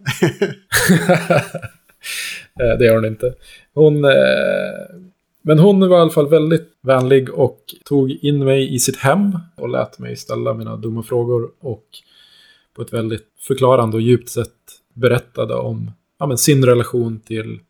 Det gör hon inte. Hon, eh, men hon var i alla fall väldigt vänlig och tog in mig i sitt hem och lät mig ställa mina dumma frågor och på ett väldigt förklarande och djupt sätt berättade om ja, men sin relation till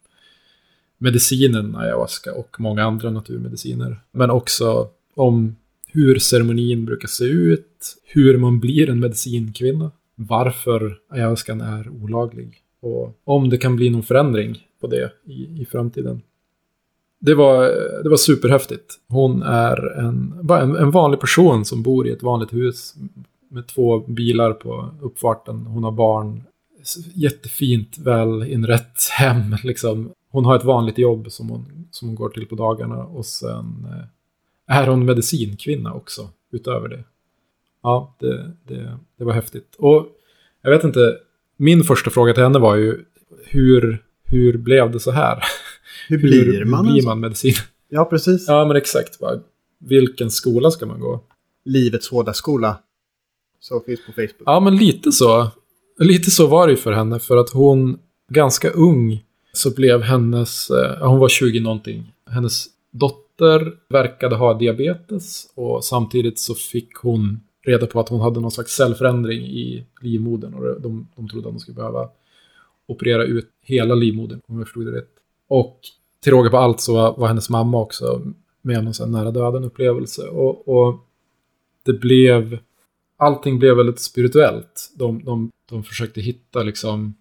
medicinen ayahuasca och många andra naturmediciner. Men också om hur ceremonin brukar se ut, hur man blir en medicinkvinna, varför ayahuascan är olaglig och om det kan bli någon förändring på det i, i framtiden. Det var, det var superhäftigt. Hon är en, bara en, en vanlig person som bor i ett vanligt hus med två bilar på uppfarten. Hon har barn. Jättefint, väl inrätt hem. Liksom. Hon har ett vanligt jobb som hon, som hon går till på dagarna. Och sen är hon medicinkvinna också, utöver det. Ja, det, det, det var häftigt. Och jag vet inte, min första fråga till henne var ju hur, hur blev det så här? Hur blir man, hur blir man medicin? Ja, precis. Ja, men exakt. Bara, vilken skola ska man gå? Livets hårda skola. Så finns på Facebook. Ja, men lite så. Lite så var det för henne. För att hon, ganska ung, så blev hennes... Ja, hon var tjugo någonting. Hennes dotter verkade ha diabetes. Och samtidigt så fick hon reda på att hon hade någon slags cellförändring i livmodern. Och de, de trodde att de skulle behöva operera ut hela livmodern, om jag förstod det rätt. Och till råga på allt så var, var hennes mamma också med någon sån här nära döden upplevelse. Och, och det blev... Allting blev väldigt spirituellt. De, de, de försökte hitta liksom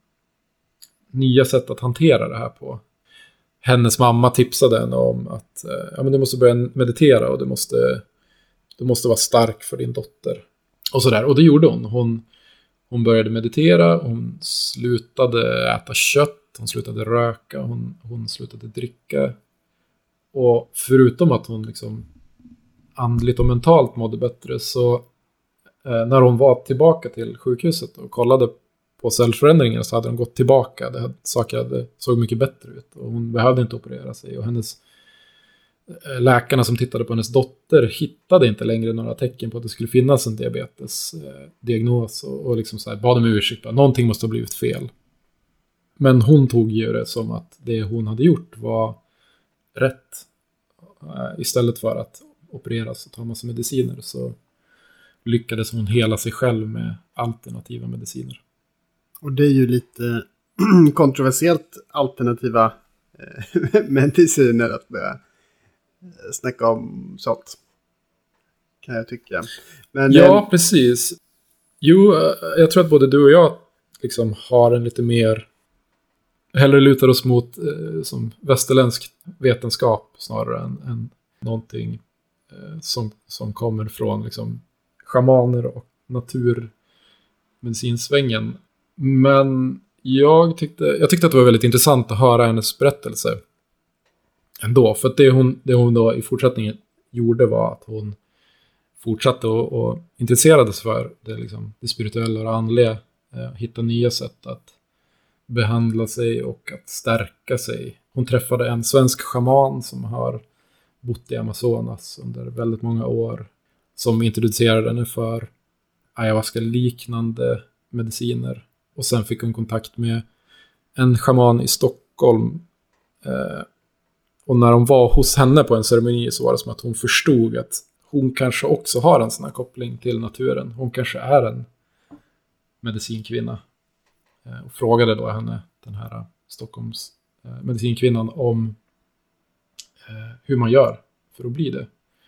nya sätt att hantera det här på. Hennes mamma tipsade henne om att ja, men du måste börja meditera och du måste, du måste vara stark för din dotter. Och sådär. Och det gjorde hon. Hon, hon började meditera, hon slutade äta kött, hon slutade röka, hon, hon slutade dricka. Och förutom att hon liksom andligt och mentalt mådde bättre så när hon var tillbaka till sjukhuset och kollade på cellförändringar så hade de gått tillbaka. Det hade, saker hade, såg mycket bättre ut. Och hon behövde inte operera sig. Och hennes läkarna som tittade på hennes dotter hittade inte längre några tecken på att det skulle finnas en diabetesdiagnos och, och liksom så här, bad om ursäkt. Någonting måste ha blivit fel. Men hon tog ju det som att det hon hade gjort var rätt. Istället för att opereras och ta massa mediciner så lyckades hon hela sig själv med alternativa mediciner. Och det är ju lite kontroversiellt alternativa eh, mediciner att börja snacka om sånt. Kan jag tycka. Men, ja, eh, precis. Jo, jag tror att både du och jag liksom har en lite mer hellre lutar oss mot eh, som västerländsk vetenskap snarare än, än någonting eh, som, som kommer från liksom schamaner och naturmedicinsvängen. Men jag tyckte, jag tyckte att det var väldigt intressant att höra hennes berättelse ändå. För att det hon, det hon då i fortsättningen gjorde var att hon fortsatte och, och intresserade sig för det, liksom, det spirituella och det andliga. Eh, hitta nya sätt att behandla sig och att stärka sig. Hon träffade en svensk shaman som har bott i Amazonas under väldigt många år. Som introducerade henne för ayahuasca-liknande mediciner. Och sen fick hon kontakt med en shaman i Stockholm. Eh, och när hon var hos henne på en ceremoni så var det som att hon förstod att hon kanske också har en sån här koppling till naturen. Hon kanske är en medicinkvinna. Eh, och frågade då henne, den här Stockholms eh, medicinkvinnan, om eh, hur man gör för att bli det.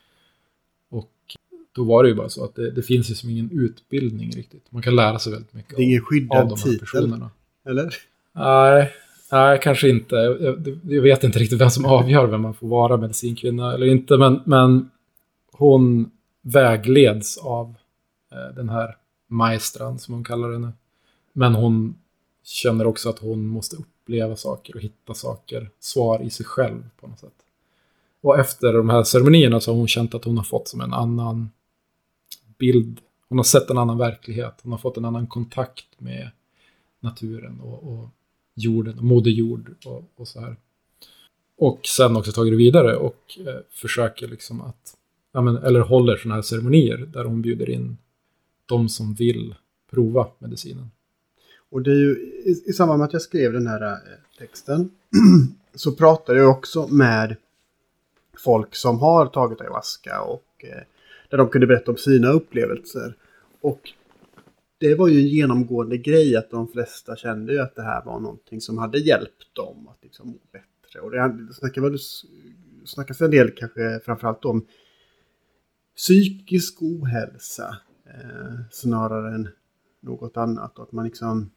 Och då var det ju bara så att det, det finns ju som ingen utbildning riktigt. Man kan lära sig väldigt mycket det är ingen av, skyddad av de här titel, personerna. eller? Nej, nej, kanske inte. Jag, jag vet inte riktigt vem som avgör vem man får vara medicinkvinna eller inte. Men, men hon vägleds av eh, den här maestran som hon kallar henne. Men hon känner också att hon måste uppleva saker och hitta saker, svar i sig själv på något sätt. Och efter de här ceremonierna så har hon känt att hon har fått som en annan bild. Hon har sett en annan verklighet. Hon har fått en annan kontakt med naturen och, och jorden och moder jord och, och så här. Och sen också tagit det vidare och eh, försöker liksom att, ja men, eller håller sådana här ceremonier där hon bjuder in de som vill prova medicinen. Och det är ju i, i samband med att jag skrev den här äh, texten så pratade jag också med folk som har tagit ayahuasca och äh, där de kunde berätta om sina upplevelser. Och det var ju en genomgående grej att de flesta kände ju att det här var någonting som hade hjälpt dem att liksom må bättre. Och det snackas, snackas en del kanske framförallt om psykisk ohälsa eh, snarare än något annat. Och att man liksom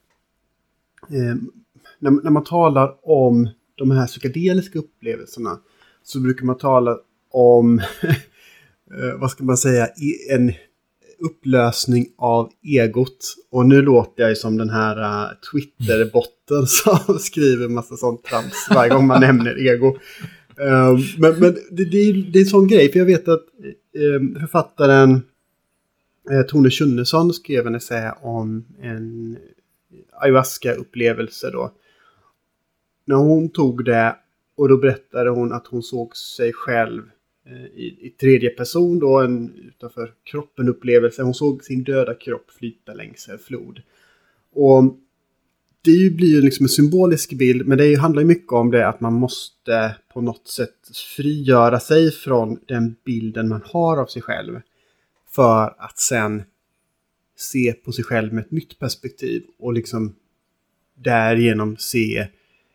eh, när, när man talar om de här psykedeliska upplevelserna så brukar man tala om eh, vad ska man säga, en upplösning av egot. Och nu låter jag ju som den här uh, Twitter-botten som skriver massa sånt trams varje gång man nämner ego. Uh, men men det, det, är, det är en sån grej, för jag vet att uh, författaren uh, Tone Schunnesson skrev en essä om en ayahuasca-upplevelse då. När hon tog det och då berättade hon att hon såg sig själv I, i tredje person då, en utanför kroppen upplevelse. Hon såg sin döda kropp flyta längs en flod. Och det blir ju liksom en symbolisk bild, men det handlar ju mycket om det att man måste på något sätt frigöra sig från den bilden man har av sig själv för att sen se på sig själv med ett nytt perspektiv och liksom därigenom se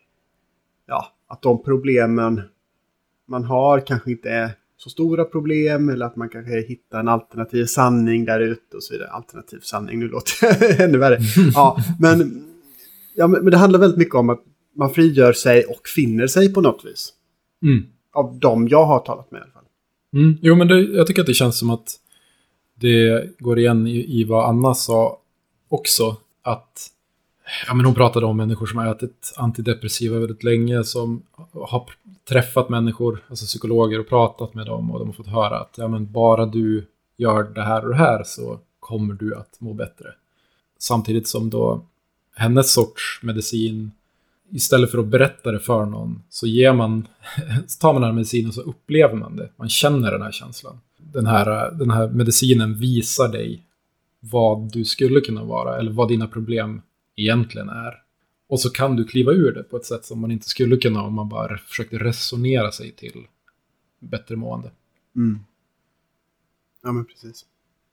ja, att de problemen man har kanske inte är så stora problem, eller att man kanske hittar en alternativ sanning där ute och så vidare. Alternativ sanning, nu låter det ännu värre. Ja, men, ja, men det handlar väldigt mycket om att man frigör sig och finner sig på något vis. Mm. Av de jag har talat med i alla fall. Mm. Jo, men det, jag tycker att det känns som att det går igen i, i vad Anna sa också. Att ja, men hon pratade om människor som har ätit antidepressiva väldigt länge, som har träffat människor, alltså psykologer, och pratat med dem, och de har fått höra att ja, men bara du gör det här och det här så kommer du att må bättre. Samtidigt som då hennes sorts medicin istället för att berätta det för någon så ger man, så tar man den här medicinen och så upplever man det. Man känner den här känslan. Den här, den här medicinen visar dig vad du skulle kunna vara eller vad dina problem egentligen är. Och så kan du kliva ur det på ett sätt som man inte skulle kunna om man bara försökte resonera sig till bättre mående. Mm. Ja, men precis.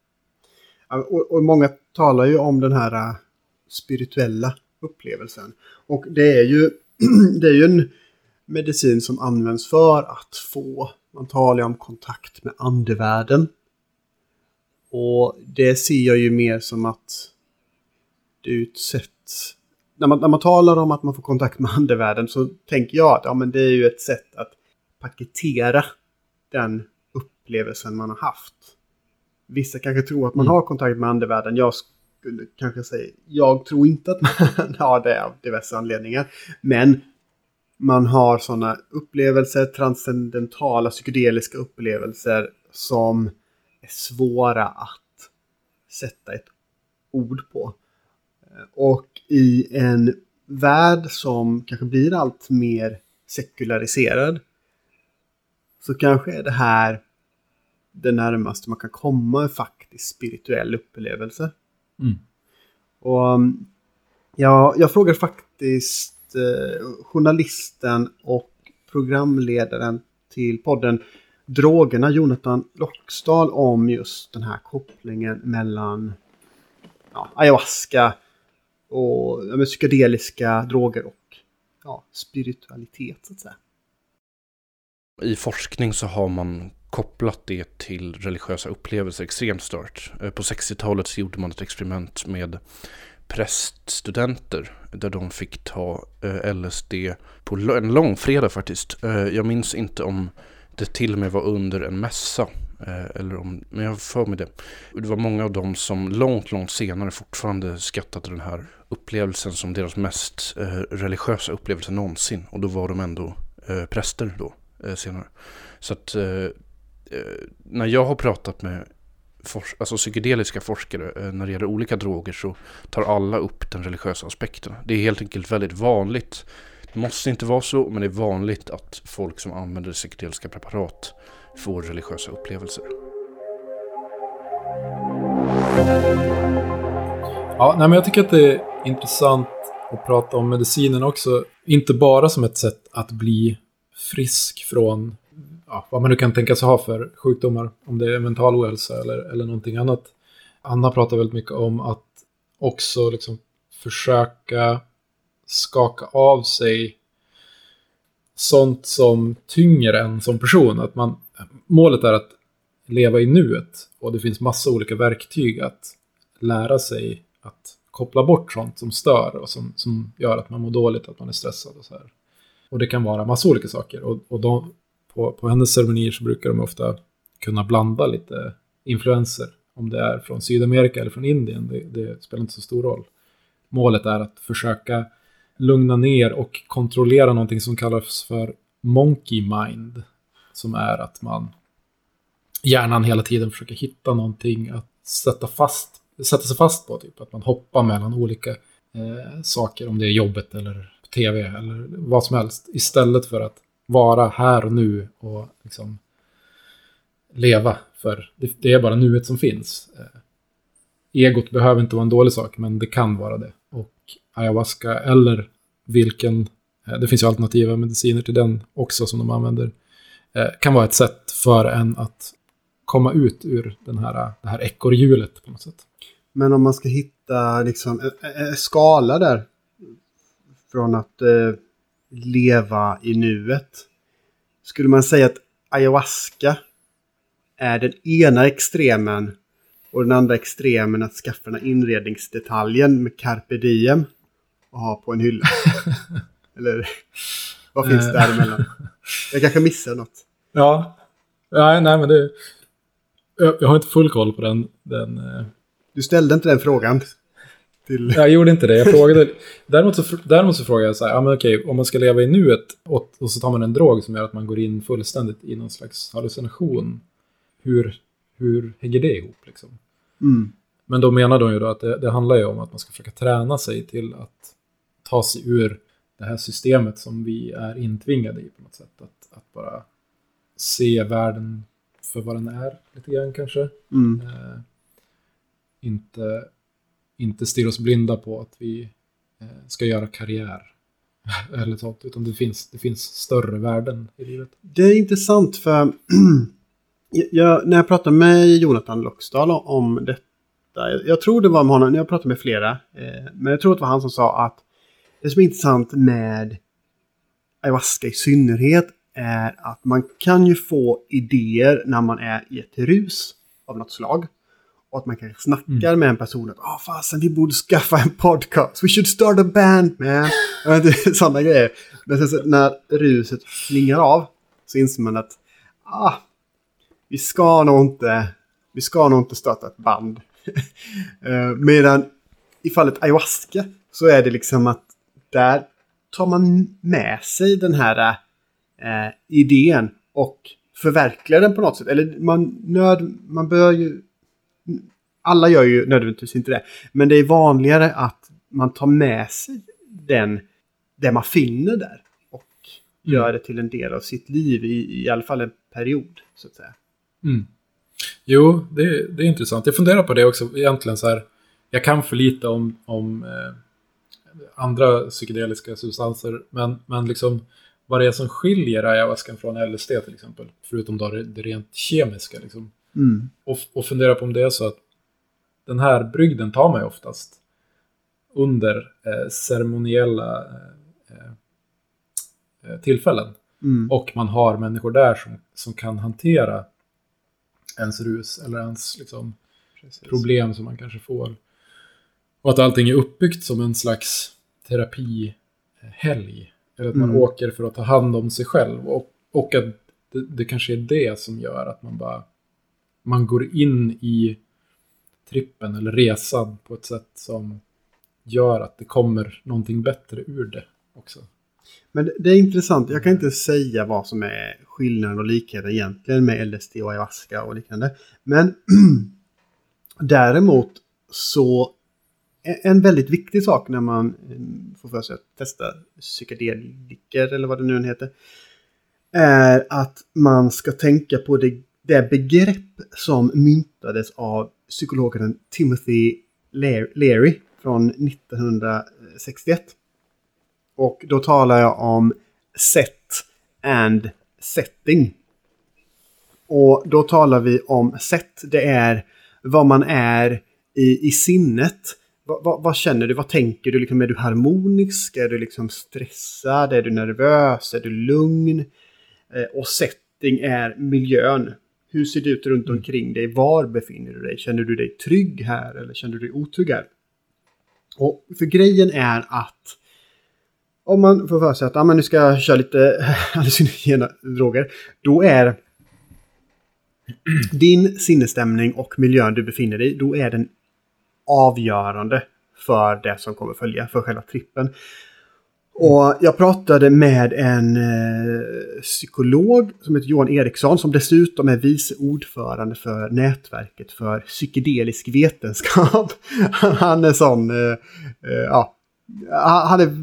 Och, och många talar ju om den här uh, spirituella upplevelsen. Och det är ju det är ju en medicin som används för att få, man talar om kontakt med andevärlden. Och det ser jag ju mer som att det är ett sätt, när man, när man talar om att man får kontakt med andevärlden så tänker jag att ja, men det är ju ett sätt att paketera den upplevelsen man har haft. Vissa kanske tror att man mm. har kontakt med andevärlden. Jag skulle kanske säga, jag tror inte att man har det av diverse anledningar. Men man har sådana upplevelser, transcendentala, psykedeliska upplevelser som är svåra att sätta ett ord på. Och i en värld som kanske blir allt mer sekulariserad så kanske är det här det närmaste man kan komma en faktisk spirituell upplevelse. Mm. Och ja, jag frågar faktiskt eh, journalisten och programledaren till podden Drogerna, Jonathan Loxdal, om just den här kopplingen mellan ja, ayahuasca och ja, psykedeliska droger och ja, spiritualitet så att säga. I forskning så har man kopplat det till religiösa upplevelser extremt stört. På sextiotalet så gjorde man ett experiment med präststudenter där de fick ta L S D på en lång fredag faktiskt. Jag minns inte om det till och med var under en mässa eller om, men jag för mig det. Det var många av dem som långt, långt senare fortfarande skattade den här upplevelsen som deras mest religiösa upplevelse någonsin. Och då var de ändå präster då senare. Så att när jag har pratat med fors- alltså psykedeliska forskare när det gäller olika droger så tar alla upp den religiösa aspekten. Det är helt enkelt väldigt vanligt. Det måste inte vara så, men det är vanligt att folk som använder psykedeliska preparat får religiösa upplevelser. Ja, nej, men jag tycker att det är intressant att prata om medicinen också. Inte bara som ett sätt att bli frisk från ja, vad man nu kan tänka sig ha för sjukdomar. Om det är mental ohälsa eller, eller någonting annat. Anna pratar väldigt mycket om att också liksom försöka skaka av sig sånt som tynger en som person. Att man, målet är att leva i nuet. Och det finns massa olika verktyg att lära sig att koppla bort sånt som stör och som, som gör att man mår dåligt, att man är stressad och så här. Och det kan vara massa olika saker. Och, och de, på, på hennes ceremonier så brukar de ofta kunna blanda lite influenser. Om det är från Sydamerika eller från Indien, det, det spelar inte så stor roll. Målet är att försöka lugna ner och kontrollera någonting som kallas för monkey mind. Som är att man hjärnan hela tiden försöker hitta någonting att sätta fast, sätta sig fast på. Typ. Att man hoppar mellan olika eh, saker, om det är jobbet eller tv eller vad som helst. Istället för att vara här och nu och liksom leva. För det, det är bara nuet som finns. Eh, egot behöver inte vara en dålig sak, men det kan vara det. Och ayahuasca eller vilken, eh, det finns ju alternativa mediciner till den också som de använder, eh, kan vara ett sätt för en att komma ut ur den här, det här ekorrhjulet på något sätt. Men om man ska hitta liksom en skala där från att eh, leva i nuet, skulle man säga att ayahuasca är den ena extremen och den andra extremen att skaffa den här inredningsdetaljen med carpe diem och ha på en hylla? Eller vad finns det däremellan? Jag kanske missar något. Ja, nej, nej men det, jag, jag har inte full koll på den, den. Du ställde inte den frågan. Till... Jag gjorde inte det. Jag frågade, däremot, så, däremot så frågade jag så här, ja, men okej, om man ska leva i nuet och, och så tar man en drog som gör att man går in fullständigt i någon slags hallucination. Hur, hur hänger det ihop liksom? Mm. Men då menar de ju då att det, det handlar ju om att man ska försöka träna sig till att ta sig ur det här systemet som vi är intvingade i på något sätt. Att, att bara se världen för vad den är lite grann kanske. Mm. Eh, inte, inte stirra oss blinda på att vi eh, ska göra karriär. Eller sånt, utan det finns, det finns större värden i livet. Det är intressant för jag, när jag pratade med Jonathan Loxdal om detta, jag, jag tror det var med honom, jag pratade med flera, eh, men jag tror att det var han som sa att det som är intressant med ayahuasca i synnerhet är att man kan ju få idéer när man är i ett rus av något slag. Och att man kanske snackar mm. med en person att ah, fasen, vi borde skaffa en podcast. We should start a band, man. Sådana grejer. Men sen när ruset klingar av så inser man att ah, vi ska nog inte vi ska nog inte starta ett band. uh, medan i fallet ayahuasca så är det liksom att där tar man med sig den här uh, idén och förverkligar den på något sätt. Eller man, nöd, man bör ju alla gör ju nödvändigtvis inte det. Men det är vanligare att man tar med sig den det man finner där. Och mm. gör det till en del av sitt liv i, i alla fall en period, så att säga. Mm. Jo, det, det är intressant. Jag funderar på det också egentligen så här. Jag kan för lite om, om eh, andra psykedeliska substanser. Men, men liksom vad det är som skiljer ayahuascan från L S D till exempel. Förutom då det, det rent kemiska liksom. Mm. Och, och fundera på om det är så att den här brygden tar man ju oftast under eh, ceremoniella eh, eh, tillfällen. Mm. Och man har människor där som, som kan hantera ens rus eller ens liksom, problem som man kanske får. Och att allting är uppbyggt som en slags terapihelg. Eller att man mm. åker för att ta hand om sig själv. Och, och att det, det kanske är det som gör att man bara man går in i trippen eller resan på ett sätt som gör att det kommer någonting bättre ur det också. Men det, det är intressant. Jag kan inte säga vad som är skillnaden och likheten egentligen med L S D och ayahuasca och liknande. Men däremot så en väldigt viktig sak när man får för sig att testa psykedeliker eller vad det nu heter är att man ska tänka på det, det begrepp som myntades av psykologen Timothy Leary från nittonhundrasextioett. Och då talar jag om set and setting. Och då talar vi om set. Det är vad man är i, i sinnet. Va, va, vad känner du? Vad tänker du? Liksom, är du harmonisk? Är du liksom stressad? Är du nervös? Är du lugn? Eh, och setting är miljön. Hur ser det ut runt omkring dig? Var befinner du dig? Känner du dig trygg här? Eller känner du dig otrygg här? Och för grejen är att om man får för sig att ah, men nu ska jag köra lite hallucinogena droger. Då är din sinnesstämning och miljön du befinner dig i, då är den avgörande för det som kommer följa, för själva trippen. Och jag pratade med en eh, psykolog som heter Johan Eriksson som dessutom är vice ordförande för nätverket för psykedelisk vetenskap. Han är sån, eh, eh, ja, han är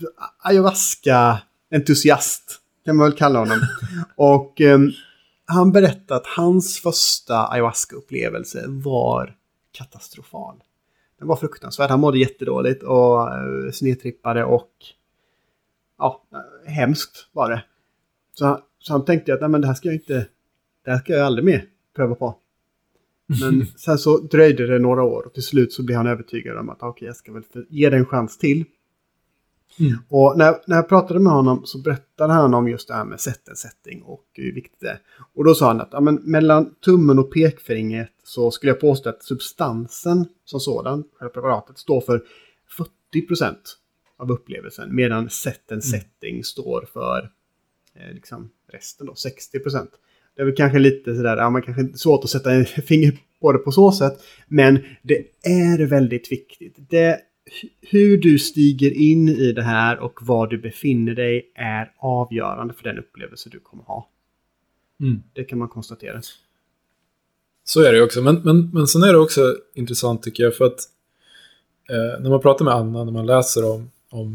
ayahuasca-entusiast kan man väl kalla honom. Och eh, han berättade att hans första ayahuasca-upplevelse var katastrofal. Den var fruktansvärd. Han mådde jättedåligt och eh, snedtrippade och ja, hemskt var det. Så, så han tänkte att nej, men det här ska jag inte, det här ska jag aldrig mer pröva på. Men sen så dröjde det några år och till slut så blev han övertygad om att okej, okay, jag ska väl ge det en chans till. Mm. Och när, när jag pratade med honom så berättade han om just det här med set and setting och hur viktigt det är. Och då sa han att ja, men mellan tummen och pekfingret så skulle jag påstå att substansen som sådan, själva preparatet, står för fyrtio procent av upplevelsen. Medan set and setting mm. står för eh, liksom resten då, sextio procent. Det är väl kanske lite sådär, ja, man kanske inte svårt att sätta en finger på det på så sätt. Men det är väldigt viktigt. Det hur du stiger in i det här och var du befinner dig är avgörande för den upplevelse du kommer ha. Mm. Det kan man konstatera. Så är det också. Men, men, men sen är det också intressant tycker jag för att eh, när man pratar med Anna, när man läser om, om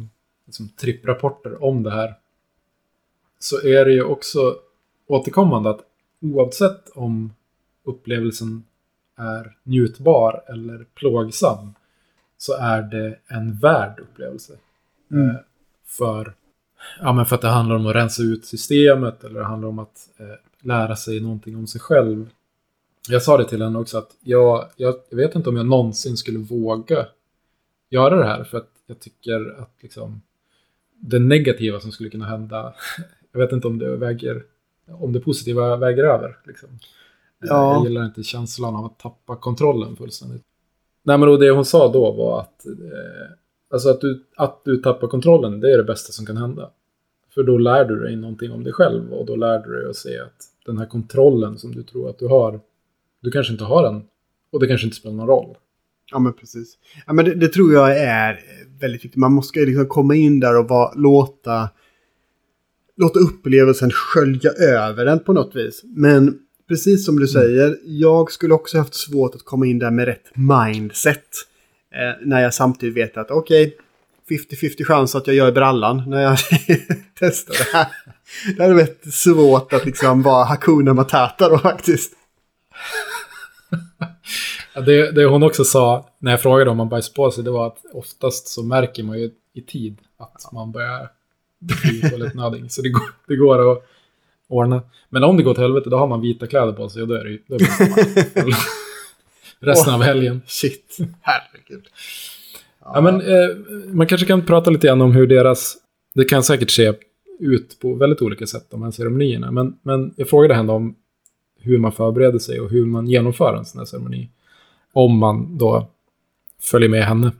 liksom, tripprapporter om det här, så är det ju också återkommande att oavsett om upplevelsen är njutbar eller plågsam, så är det en värd upplevelse. Mm. För, ja, men för att det handlar om att rensa ut systemet, eller det handlar om att eh, lära sig någonting om sig själv. Jag sa det till henne också att jag, jag, jag vet inte om jag någonsin skulle våga göra det här, för att jag tycker att liksom, det negativa som skulle kunna hända, jag vet inte om det väger, om det positiva väger över. Liksom. Ja. Jag gillar inte känslan av att tappa kontrollen fullständigt. Nej, men det hon sa då var att, eh, alltså att, du, att du tappar kontrollen, det är det bästa som kan hända. För då lär du dig någonting om dig själv, och då lär du dig att se att den här kontrollen som du tror att du har, du kanske inte har den, och det kanske inte spelar någon roll. Ja, men precis. Ja, men det, det tror jag är väldigt viktigt. Man måste liksom komma in där och va, låta, låta upplevelsen skölja över den på något vis. Men precis som du säger, mm. jag skulle också haft svårt att komma in där med rätt mindset. Eh, när jag samtidigt vet att okej, okay, femtio femtio chans att jag gör brallan när jag testar det här. Det hade varit svårt att liksom vara Hakuna Matata då faktiskt. Ja, det, det hon också sa när jag frågade om man bajs på sig, det var att oftast så märker man ju i tid att man börjar bli väldigt nödig. Så det går, det går att ordna. Men om det går till helvete, då har man vita kläder på sig, och då är det ju det resten av helgen. Shit, herregud. Ja, ja men eh, man kanske kan prata lite grann om hur deras, det kan säkert se ut på väldigt olika sätt, de här ceremonierna. Men, men jag frågade henne om hur man förbereder sig och hur man genomför en sån här ceremoni. Om man då följer med henne.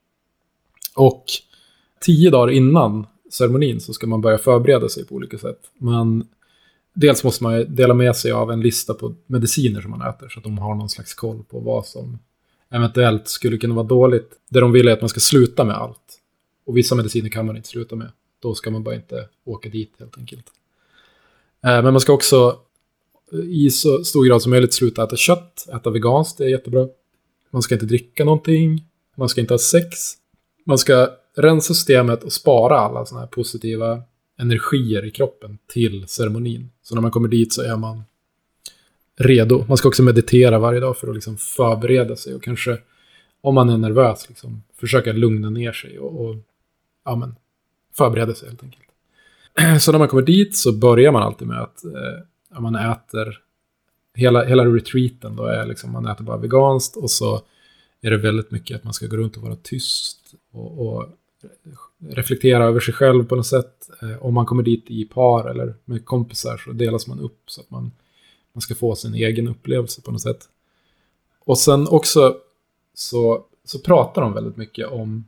Och tio dagar innan ceremonin så ska man börja förbereda sig på olika sätt. Man, dels måste man dela med sig av en lista på mediciner som man äter, så att de har någon slags koll på vad som eventuellt skulle kunna vara dåligt. Det de vill är att man ska sluta med allt. Och vissa mediciner kan man inte sluta med. Då ska man bara inte åka dit helt enkelt. Men man ska också i så stor grad som möjligt sluta äta kött, äta veganskt, det är jättebra. Man ska inte dricka någonting, man ska inte ha sex. Man ska rensa systemet och spara alla såna här positiva energier i kroppen till ceremonin. Så när man kommer dit så är man redo. Man ska också meditera varje dag för att liksom förbereda sig, och kanske om man är nervös liksom, försöka lugna ner sig och, och ja, men, förbereda sig helt enkelt. Så när man kommer dit så börjar man alltid med att eh, man äter hela, hela retreaten då är liksom, man äter bara veganskt, och så är det väldigt mycket att man ska gå runt och vara tyst och, och reflektera över sig själv på något sätt. Eh, om man kommer dit i par eller med kompisar så delas man upp så att man, man ska få sin egen upplevelse på något sätt. Och sen också så, så pratar de väldigt mycket om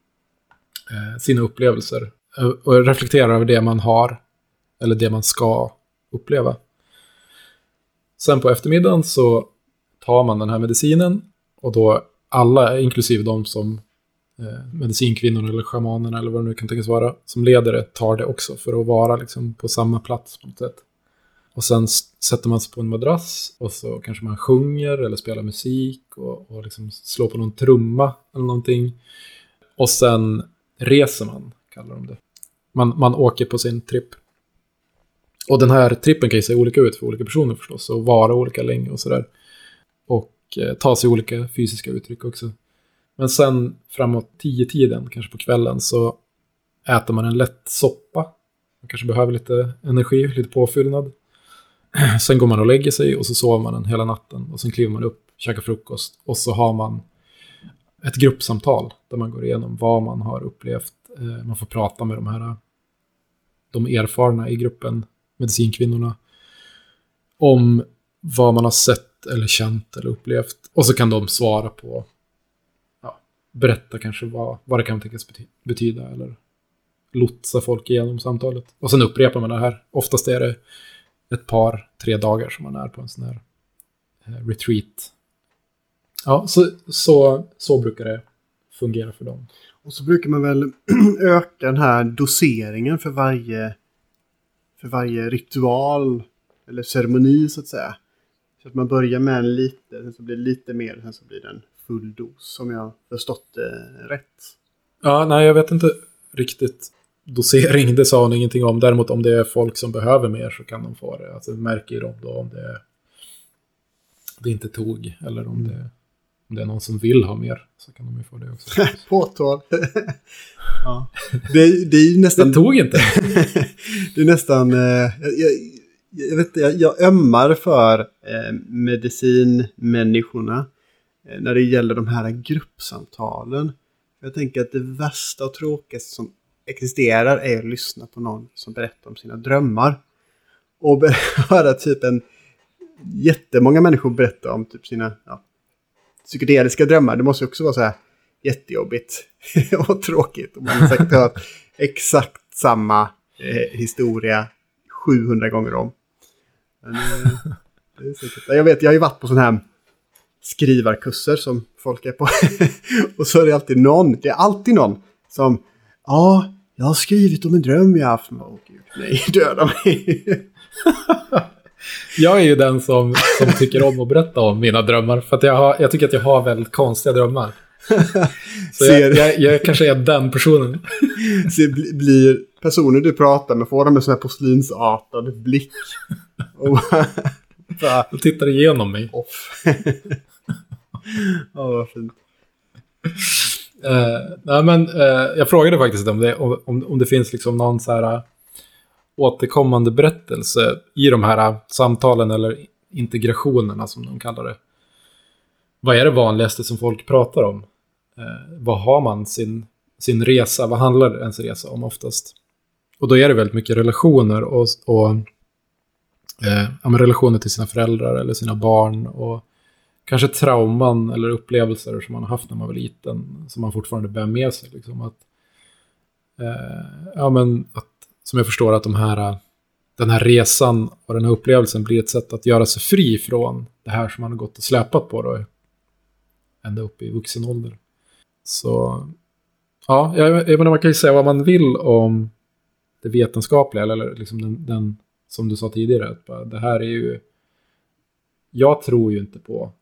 eh, sina upplevelser och reflekterar över det man har eller det man ska uppleva. Sen på eftermiddagen så tar man den här medicinen, och då alla, inklusive de som eh, medicinkvinnorna eller shamanerna eller vad det nu kan tänkas vara, som ledare tar det också för att vara liksom på samma plats på något sätt. Och sen sätter man sig på en madrass och så kanske man sjunger eller spelar musik och, och liksom slår på någon trumma eller någonting. Och sen reser man, kallar de det. Man, man åker på sin tripp. Och den här trippen kan ju se olika ut för olika personer förstås, och vara olika länge och sådär. Och eh, ta sig olika fysiska uttryck också. Men sen framåt tio tiden, kanske på kvällen, så äter man en lätt soppa. Man kanske behöver lite energi, lite påfyllnad. Sen går man och lägger sig och så sover man en hela natten. Och sen kliver man upp, käkar frukost. Och så har man ett gruppsamtal där man går igenom vad man har upplevt. Eh, man får prata med de här de erfarna i gruppen, medicinkvinnorna, om vad man har sett eller känt eller upplevt. Och så kan de svara på, ja, berätta kanske vad, vad det kan tänkas bety- betyda eller lotsa folk igenom samtalet. Och sen upprepar man det här. Oftast är det ett par, tre dagar som man är på en sån här eh, retreat. Ja, så, så, så brukar det fungera för dem. Och så brukar man väl öka den här doseringen för varje, för varje ritual eller ceremoni så att säga. Så att man börjar med en lite, sen så blir det lite mer, sen så blir det en full dos, om jag förstått det rätt. Ja, nej, jag vet inte riktigt dosering, det sa hon ingenting om. Däremot om det är folk som behöver mer så kan de få det. Alltså märker de då om det, det inte tog. Eller om det, om det är någon som vill ha mer så kan de ju få det också. Påtål. Ja. Det, det är ju nästan... Det tog inte. Det är nästan... Eh, jag, jag, vet, jag, jag ömmar för eh, medicinmänniskorna eh, när det gäller de här gruppsamtalen. Jag tänker att det värsta och tråkigaste som existerar är att lyssna på någon som berättar om sina drömmar. Och höra typ en jättemånga människor berätta om typ sina ja, psykedeliska drömmar. Det måste ju också vara så här jättejobbigt och tråkigt. Och man har säkert hört exakt samma eh, historia sjuhundra gånger om. Men, eh, det är säkert. Jag vet, jag har ju varit på sån här skrivarkurser som folk är på. Och så är det alltid någon, det är alltid någon som, ja, jag har skrivit om en dröm jag har haft. Åh gud, nej, döda mig. Jag är ju den som, som tycker om att berätta om mina drömmar. För att jag, har, jag tycker att jag har väldigt konstiga drömmar. Så jag, jag, jag kanske är den personen. Så det blir personer du pratar med, får de med sån här porslinsartad blick. Och bara, de tittar igenom mig. Off. Ja, vad fint. Uh, nej, men, uh, jag frågade faktiskt om det, om, om det finns liksom någon så här uh, återkommande berättelse i de här uh, samtalen eller integrationerna som de kallar det. Vad är det vanligaste som folk pratar om? Uh, vad har man sin, sin resa? Vad handlar ens resa om oftast? Och då är det väldigt mycket relationer och, och uh, ja, relationer till sina föräldrar eller sina barn och kanske trauman eller upplevelser som man har haft när man var liten som man fortfarande bär med sig. Liksom. Att, eh, ja, men att, som jag förstår att de här, den här resan och den här upplevelsen blir ett sätt att göra sig fri från det här som man har gått och släpat på då, ända upp i vuxen ålder. Så ja, jag, jag menar, man kan ju säga vad man vill om det vetenskapliga eller liksom den, den som du sa tidigare. Att bara, det här är ju, jag tror ju inte på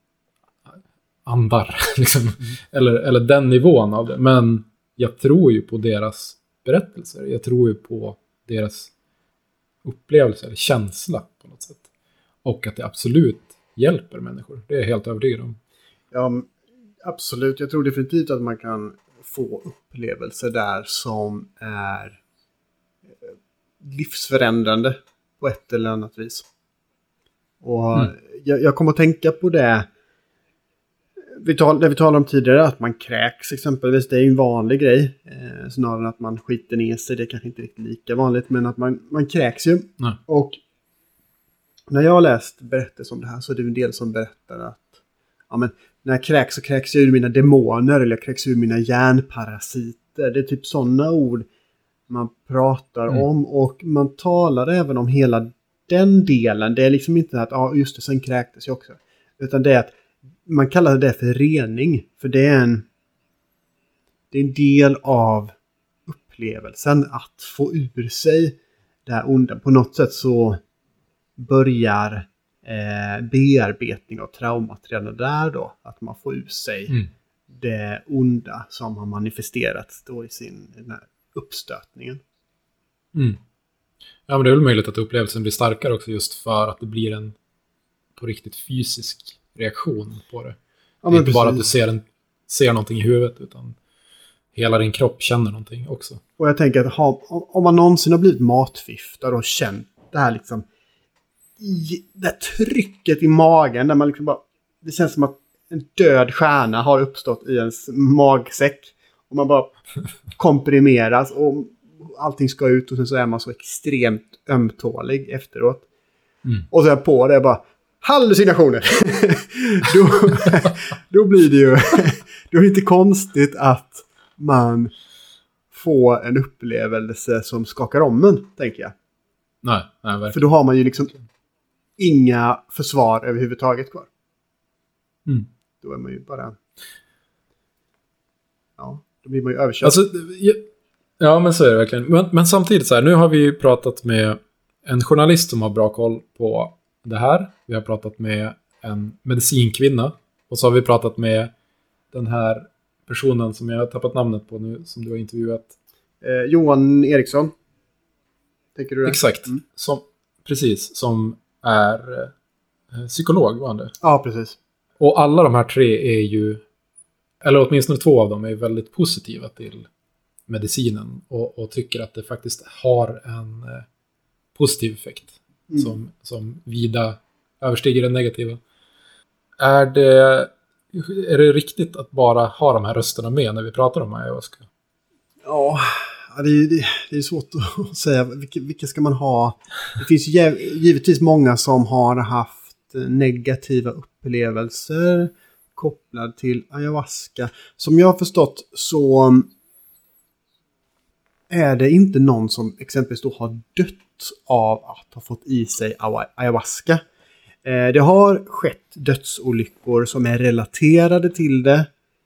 andar liksom, mm. eller, eller den nivån av det, men jag tror ju på deras berättelser, jag tror ju på deras upplevelser eller känsla på något sätt, och att det absolut hjälper människor, det är jag helt övertygad om. Ja, absolut, jag tror definitivt att man kan få upplevelser där som är livsförändrande på ett eller annat vis. Och mm. jag, jag kommer att tänka på det vi tal, det vi talade om tidigare, att man kräks exempelvis. Det är ju en vanlig grej. Eh, snarare än att man skiter ner sig. Det är kanske inte riktigt lika vanligt, men att man, man kräks ju. Nej. Och när jag har läst berättelser om det här så är det en del som berättar att ja, men, när jag kräks så kräks jag ur mina demoner eller jag kräks ur mina hjärnparasiter. Det är typ sådana ord man pratar mm. om, och man talar även om hela den delen. Det är liksom inte att ja, just det, sen kräktes jag också. Utan det är att man kallar det för rening. För det är en, det är en del av upplevelsen att få ur sig det här onda. På något sätt så börjar eh, bearbetning av traumat redan där då. Att man får ur sig mm. det onda som har manifesterats då i sin den här uppstötningen. Mm. Ja, men det är väl möjligt att upplevelsen blir starkare också just för att det blir en på riktigt fysisk reaktion på det. Ja, det är inte precis. Bara att du ser, en, ser någonting i huvudet, utan hela din kropp känner någonting också. Och jag tänker att ha, om man någonsin har blivit matförgiftad och känt det här liksom det här trycket i magen där man liksom bara, det känns som att en död stjärna har uppstått i ens magsäck och man bara komprimeras och allting ska ut och sen så är man så extremt ömtålig efteråt. Mm. Och så är på det bara hallucinationer. då, då blir det ju då är det inte konstigt att man får en upplevelse som skakar om en, tänker jag. Nej, nej, verkligen. För då har man ju liksom inga försvar överhuvudtaget kvar. Mm. Då är man ju bara ja, då blir man ju överkörd. Alltså, ja, ja, men så är det verkligen. Men, men samtidigt så här, nu har vi ju pratat med en journalist som har bra koll på det här. Vi har pratat med en medicinkvinna. Och så har vi pratat med den här personen som jag har tappat namnet på nu, som du har intervjuat. Eh, Johan Eriksson. Tänker du det? Exakt. Mm. Som, precis, som är eh, psykolog, var han det? Ja, precis. Och alla de här tre är ju, eller åtminstone två av dem är väldigt positiva till medicinen. Och, och tycker att det faktiskt har en eh, positiv effekt. Mm. Som, som vida överstiger den negativa. Är det, är det riktigt att bara ha de här rösterna med när vi pratar om ayahuasca? Ja, det är, det, det är svårt att säga. Vilka, vilka ska man ha? Det finns ju givetvis många som har haft negativa upplevelser kopplade till ayahuasca. Som jag har förstått så är det inte någon som exempelvis då har dött av att ha fått i sig ayahuasca. Det har skett dödsolyckor som är relaterade till det.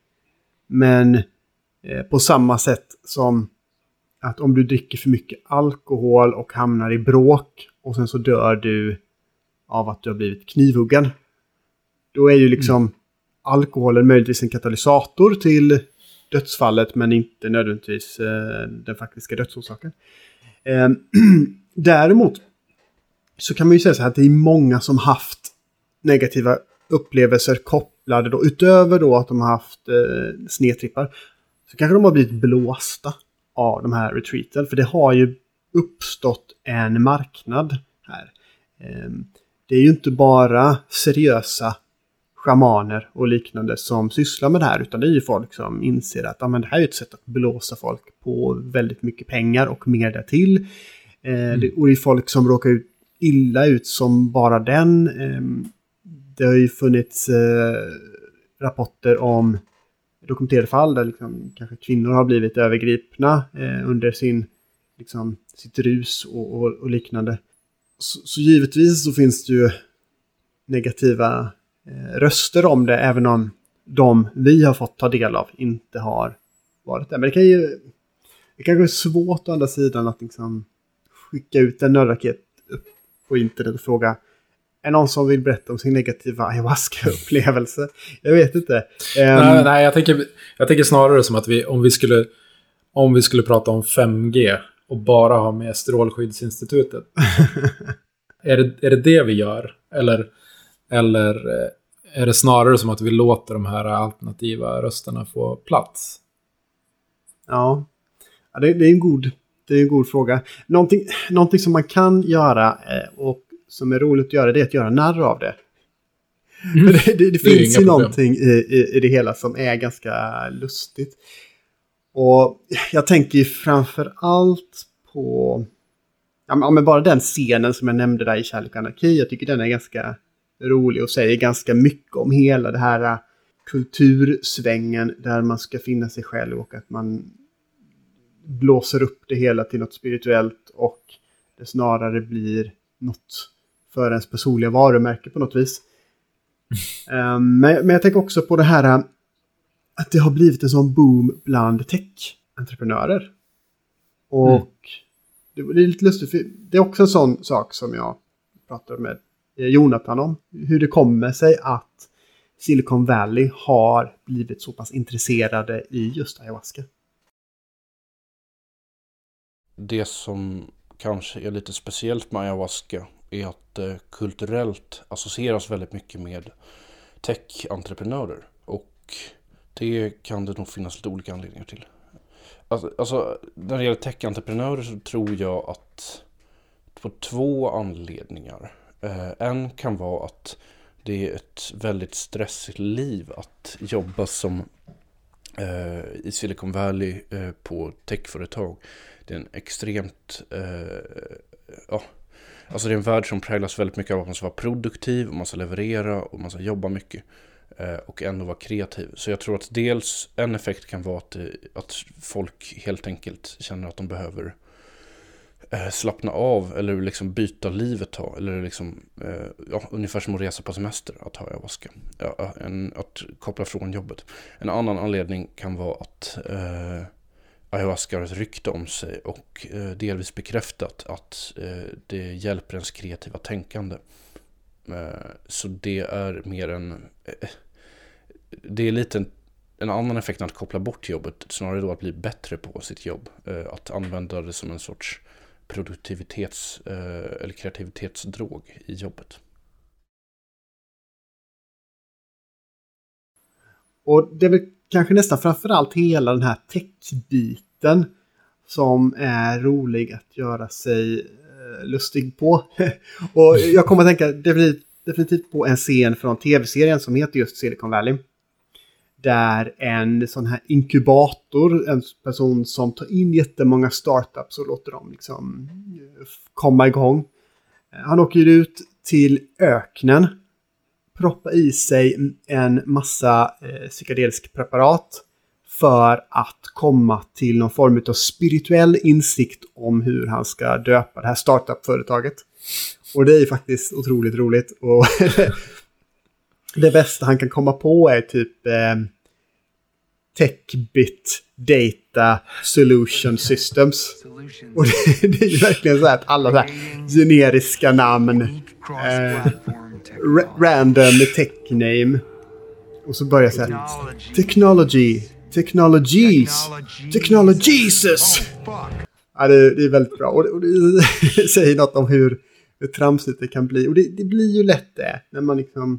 Men på samma sätt som att om du dricker för mycket alkohol och hamnar i bråk och sen så dör du av att du har blivit knivhuggen. Då är ju liksom mm. alkoholen möjligtvis en katalysator till dödsfallet men inte nödvändigtvis eh, den faktiska dödsorsaken. Eh, däremot så kan man ju säga så här att det är många som haft negativa upplevelser kopplade då, utöver då att de har haft eh, snedtrippar, så kanske de har blivit blåsta av de här retreaten, för det har ju uppstått en marknad här. Eh, det är ju inte bara seriösa schamaner och liknande som sysslar med det här, utan det är ju folk som inser att ja, men det här är ett sätt att blåsa folk på väldigt mycket pengar och mer därtill. Eh, mm. det, och det är folk som råkar ut illa ut som bara den. Eh, det har ju funnits eh, rapporter om dokumenterade fall där liksom, kanske kvinnor har blivit övergripna eh, under sin, liksom, sitt rus och, och, och liknande. Så, så givetvis så finns det ju negativa eh, röster om det, även om de vi har fått ta del av inte har varit det. Men det kan ju det kan vara svårt å andra sidan att liksom skicka ut en nördraket upp på internet och fråga: är någon som vill berätta om sin negativa ayahuasca-upplevelse? Jag vet inte. Um, nej, nej jag, tänker, jag tänker snarare som att vi, om vi skulle om vi skulle prata om fem G och bara ha med Strålskyddsinstitutet. är, det, är det det vi gör? Eller, eller är det snarare som att vi låter de här alternativa rösterna få plats? Ja, ja det, det är en god, det är en god fråga. Någonting, någonting som man kan göra och som är roligt att göra, det är att göra narr av det. Mm. För det, det, det, det finns ju någonting i, i, i det hela som är ganska lustigt. Och jag tänker ju framför allt på ja, men bara den scenen som jag nämnde där i Kärlek och anarki. Jag tycker den är ganska rolig och säger ganska mycket om hela det här kultursvängen där man ska finna sig själv och att man blåser upp det hela till något spirituellt och det snarare blir något för ens personliga varumärke på något vis. um, men, men jag tänker också på det här att det har blivit en sån boom bland tech-entreprenörer. Och mm. det, det är lite lustigt, för det är också en sån sak som jag pratade med Jonathan om. Hur det kommer sig att Silicon Valley har blivit så pass intresserade i just ayahuasca. Det som kanske är lite speciellt med ayahuasca är att det kulturellt associeras väldigt mycket med tech-entreprenörer. Och det kan det nog finnas lite olika anledningar till. Alltså, alltså när det gäller tech-entreprenörer så tror jag att på två anledningar. Eh, en kan vara att det är ett väldigt stressigt liv att jobba som eh, i Silicon Valley eh, på techföretag. Det är en extremt eh, ja, alltså det är en värld som präglas väldigt mycket av att man ska vara produktiv och man ska leverera och man ska jobba mycket eh, och ändå vara kreativ. Så jag tror att dels en effekt kan vara att, att folk helt enkelt känner att de behöver eh, slappna av eller liksom byta liv ett tag, eller liksom eh, ja, ungefär som att resa på semester att ha ayahuasca, ja, en, att koppla från jobbet. En annan anledning kan vara att eh, ayahuasca har ett rykte om sig och eh, delvis bekräftat att eh, det hjälper ens kreativa tänkande. Eh, så det är mer en... Eh, det är lite en, en annan effekt än att koppla bort jobbet, snarare då att bli bättre på sitt jobb. Eh, att använda det som en sorts produktivitets- eh, eller kreativitetsdrog i jobbet. Och det är väl kanske nästan framförallt hela den här tech-biten som är rolig att göra sig eh, lustig på. Och jag kommer att tänka definitivt, definitivt på en scen från tv-serien som heter just Silicon Valley. Där en sån här inkubator, en person som tar in jättemånga startups och låter dem liksom komma igång. Han åker ut till öknen, proppar i sig en massa eh, psykedelisk preparat för att komma till någon form av spirituell insikt om hur han ska döpa det här startup-företaget. Och det är ju faktiskt otroligt roligt. Och det bästa han kan komma på är typ eh, Techbit Data Solution Systems. Och det, det är ju verkligen så här att alla så här generiska namn, eh, ra- random tech name. Och så börjar så här technology, technologies, technologiesus. Ja, det, det är väldigt bra. Och det, och det säger något om hur, hur tramsigt det kan bli. Och det, det blir ju lätt det när man liksom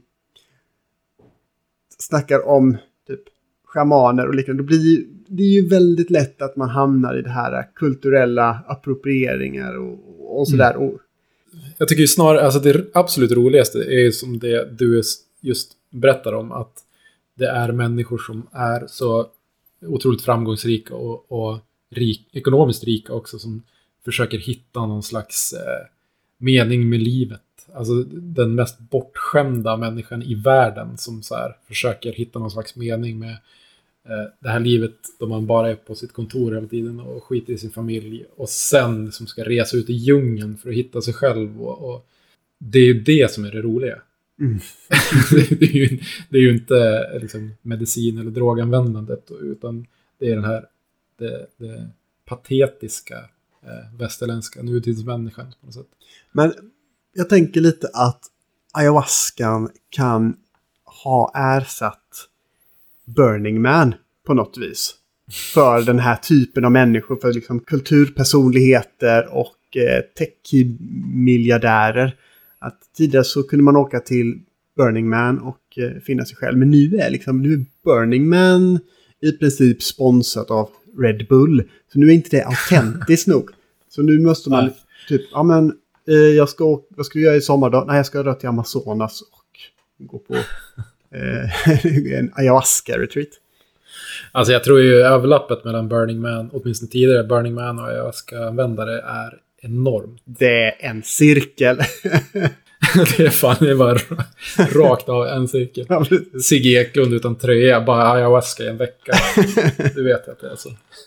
snackar om typ schamaner och liknande. Det blir ju, det är ju väldigt lätt att man hamnar i det här kulturella approprieringar och, och sådär. Mm. Jag tycker ju snarare, alltså det absolut roligaste är ju som det du just berättar om, att det är människor som är så otroligt framgångsrika och, och rik, ekonomiskt rika också, som försöker hitta någon slags eh, mening med livet. Alltså den mest bortskämda människan i världen som så här försöker hitta någon slags mening med eh, det här livet då man bara är på sitt kontor hela tiden och skiter i sin familj, och sen som ska resa ut i djungeln för att hitta sig själv, och, och det är ju det som är det roliga. Mm. det, är ju, det är ju inte liksom medicin eller droganvändandet, utan det är den här det, det patetiska eh, västerländska nutidsmänniskan på något sätt. Men jag tänker lite att ayahuascan kan ha ersatt Burning Man på något vis. För den här typen av människor, för liksom kulturpersonligheter och eh, tech-miljardärer. Att tidigare så kunde man åka till Burning Man och eh, finna sig själv. Men nu är, liksom, nu är Burning Man i princip sponsrat av Red Bull. Så nu är inte det autentiskt nog. Så nu måste man typ, ja men eh, jag ska, vad ska du göra i sommar då? Nej, jag ska dra till Amazonas och gå på eh, en ayahuasca-retreat. Alltså jag tror ju överlappet mellan Burning Man, åtminstone tidigare Burning Man och ayahuasca-användare är enormt. Det är en cirkel. Det är fan, det är bara rakt av en cirkel. Sigge Eklund utan tröja, bara ayahuasca i en vecka. Du vet att det är så.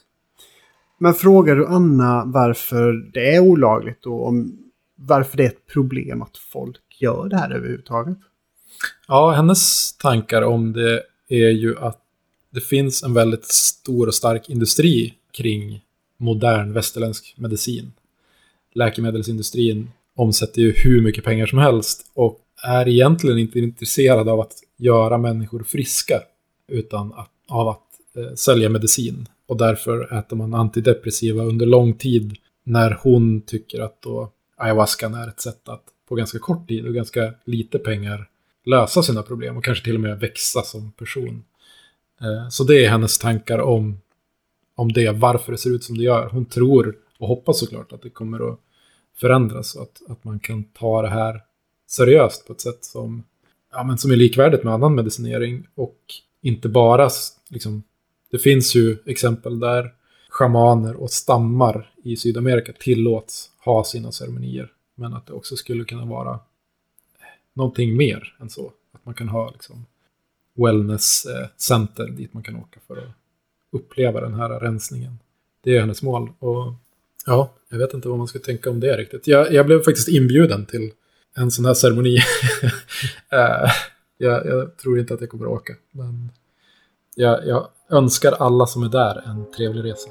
Men frågar du Anna varför det är olagligt och om varför det är ett problem att folk gör det här överhuvudtaget? Ja, hennes tankar om det är ju att det finns en väldigt stor och stark industri kring modern västerländsk medicin. Läkemedelsindustrin omsätter ju hur mycket pengar som helst och är egentligen inte intresserad av att göra människor friska, utan att, av att eh, sälja medicin. Och därför äter man antidepressiva under lång tid, när hon tycker att då ayahuascan är ett sätt att på ganska kort tid och ganska lite pengar lösa sina problem och kanske till och med växa som person. Eh, så det är hennes tankar om, om det, varför det ser ut som det gör. Hon tror och hoppas såklart att det kommer att förändras och att, att man kan ta det här seriöst på ett sätt som, ja, men som är likvärdigt med annan medicinering, och inte bara liksom, det finns ju exempel där schamaner och stammar i Sydamerika tillåts ha sina ceremonier, men att det också skulle kunna vara någonting mer än så, att man kan ha liksom wellness-center dit man kan åka för att uppleva den här rensningen. Det är hennes mål, och ja, jag vet inte vad man ska tänka om det riktigt. Jag, jag blev faktiskt inbjuden till en sån här ceremoni. uh, jag, jag tror inte att jag kommer att åka. Men jag, jag önskar alla som är där en trevlig resa.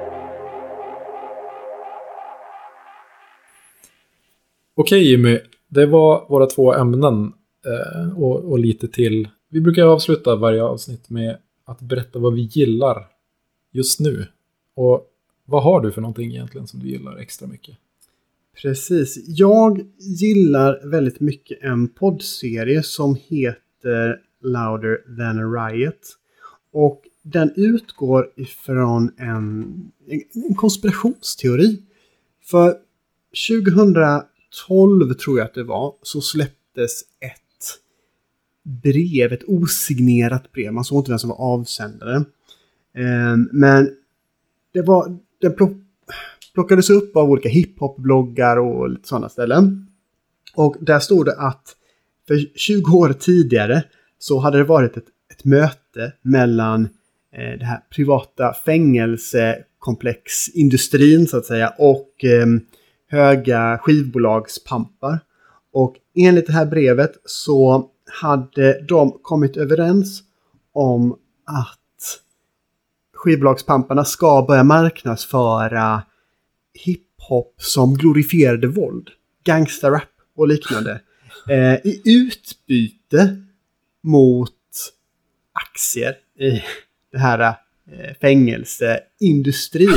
Okej Jimmy, det var våra två ämnen eh, och, och lite till. Vi brukar avsluta varje avsnitt med att berätta vad vi gillar just nu. Och vad har du för någonting egentligen som du gillar extra mycket? Precis. Jag gillar väldigt mycket en poddserie som heter Louder than a Riot. Och den utgår ifrån en, en konspirationsteori. För tjugohundratolv tror jag att det var, så släpptes ett brev, ett osignerat brev. Man såg inte vem som var avsändare. Men det var, det plockades upp av olika hiphop-bloggar och lite sådana ställen. Och där stod det att för tjugo år tidigare så hade det varit ett, ett möte mellan eh, det här privata fängelsekomplexindustrin så att säga och eh, höga skivbolagspampar. Och enligt det här brevet så hade de kommit överens om att skivbolagspamparna ska börja marknadsföra hiphop som glorifierade våld, gangsterrap och liknande. Eh, I utbyte mot aktier i det här eh, fängelseindustrin.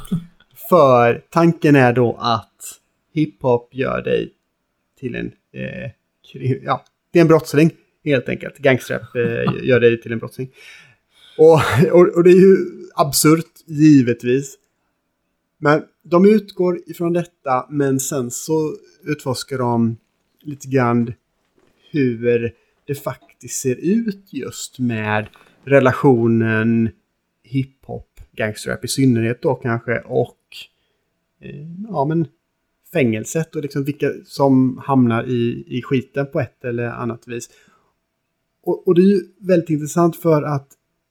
För tanken är då att hiphop gör dig till en eh, ja, det är en brottsling helt enkelt. Gangsterrap eh, gör dig till en brottsling. Och, och, och det är ju absurt, givetvis. Men de utgår ifrån detta, men sen så utforskar de lite grann hur det faktiskt ser ut just med relationen hiphop, gangsterrap i synnerhet då kanske, och eh, ja men fängelset och liksom vilka som hamnar i, i skiten på ett eller annat vis. Och, och det är ju väldigt intressant för att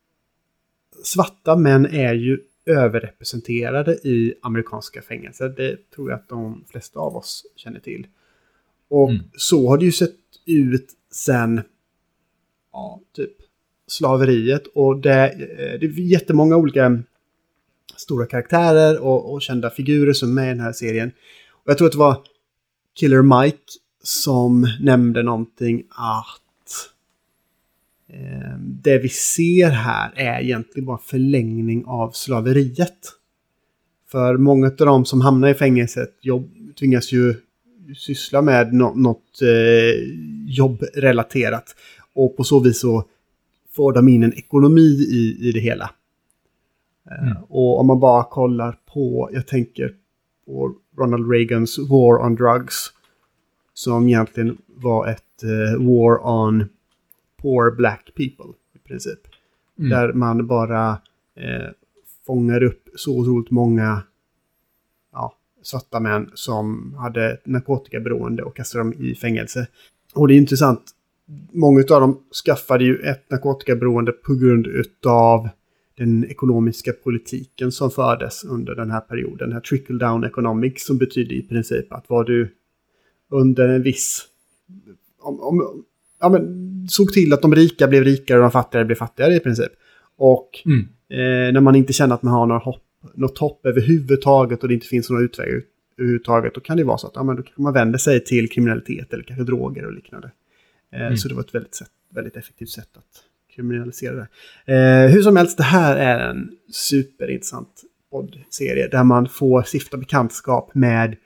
svarta män är ju överrepresenterade i amerikanska fängelser. Det tror jag att de flesta av oss känner till. Och mm. så har det ju sett ut sen ja, typ slaveriet. Och det, det är jättemånga olika stora karaktärer och, och kända figurer som är i den här serien. Och jag tror att det var Killer Mike som nämnde någonting att det vi ser här är egentligen bara förlängning av slaveriet. För många av dem som hamnar i fängelset jobb, tvingas ju syssla med no- något eh, jobbrelaterat. Och på så vis så får de in en ekonomi i, i det hela. Mm. Eh, och om man bara kollar på, jag tänker på Ronald Reagans War on Drugs. Som egentligen var ett eh, war on poor black people i princip. Mm. Där man bara eh, fångar upp så otroligt många ja, svarta män som hade narkotikaberoende och kastade dem i fängelse. Och det är intressant. Många av dem skaffade ju ett narkotikaberoende på grund av den ekonomiska politiken som fördes under den här perioden. Den här trickle down economics som betyder i princip att var du under en viss om, om ja, men, såg till att de rika blev rikare och de fattigare blev fattigare i princip. Och mm. eh, när man inte känner att man har något hopp, något hopp överhuvudtaget och det inte finns någon utväg överhuvudtaget, då kan det vara så att ja, men då kan man vända sig till kriminalitet eller kanske droger och liknande. Eh, mm. Så det var ett väldigt, sätt, väldigt effektivt sätt att kriminalisera det. Eh, hur som helst, det här är en superintressant poddserie där man får stifta bekantskap med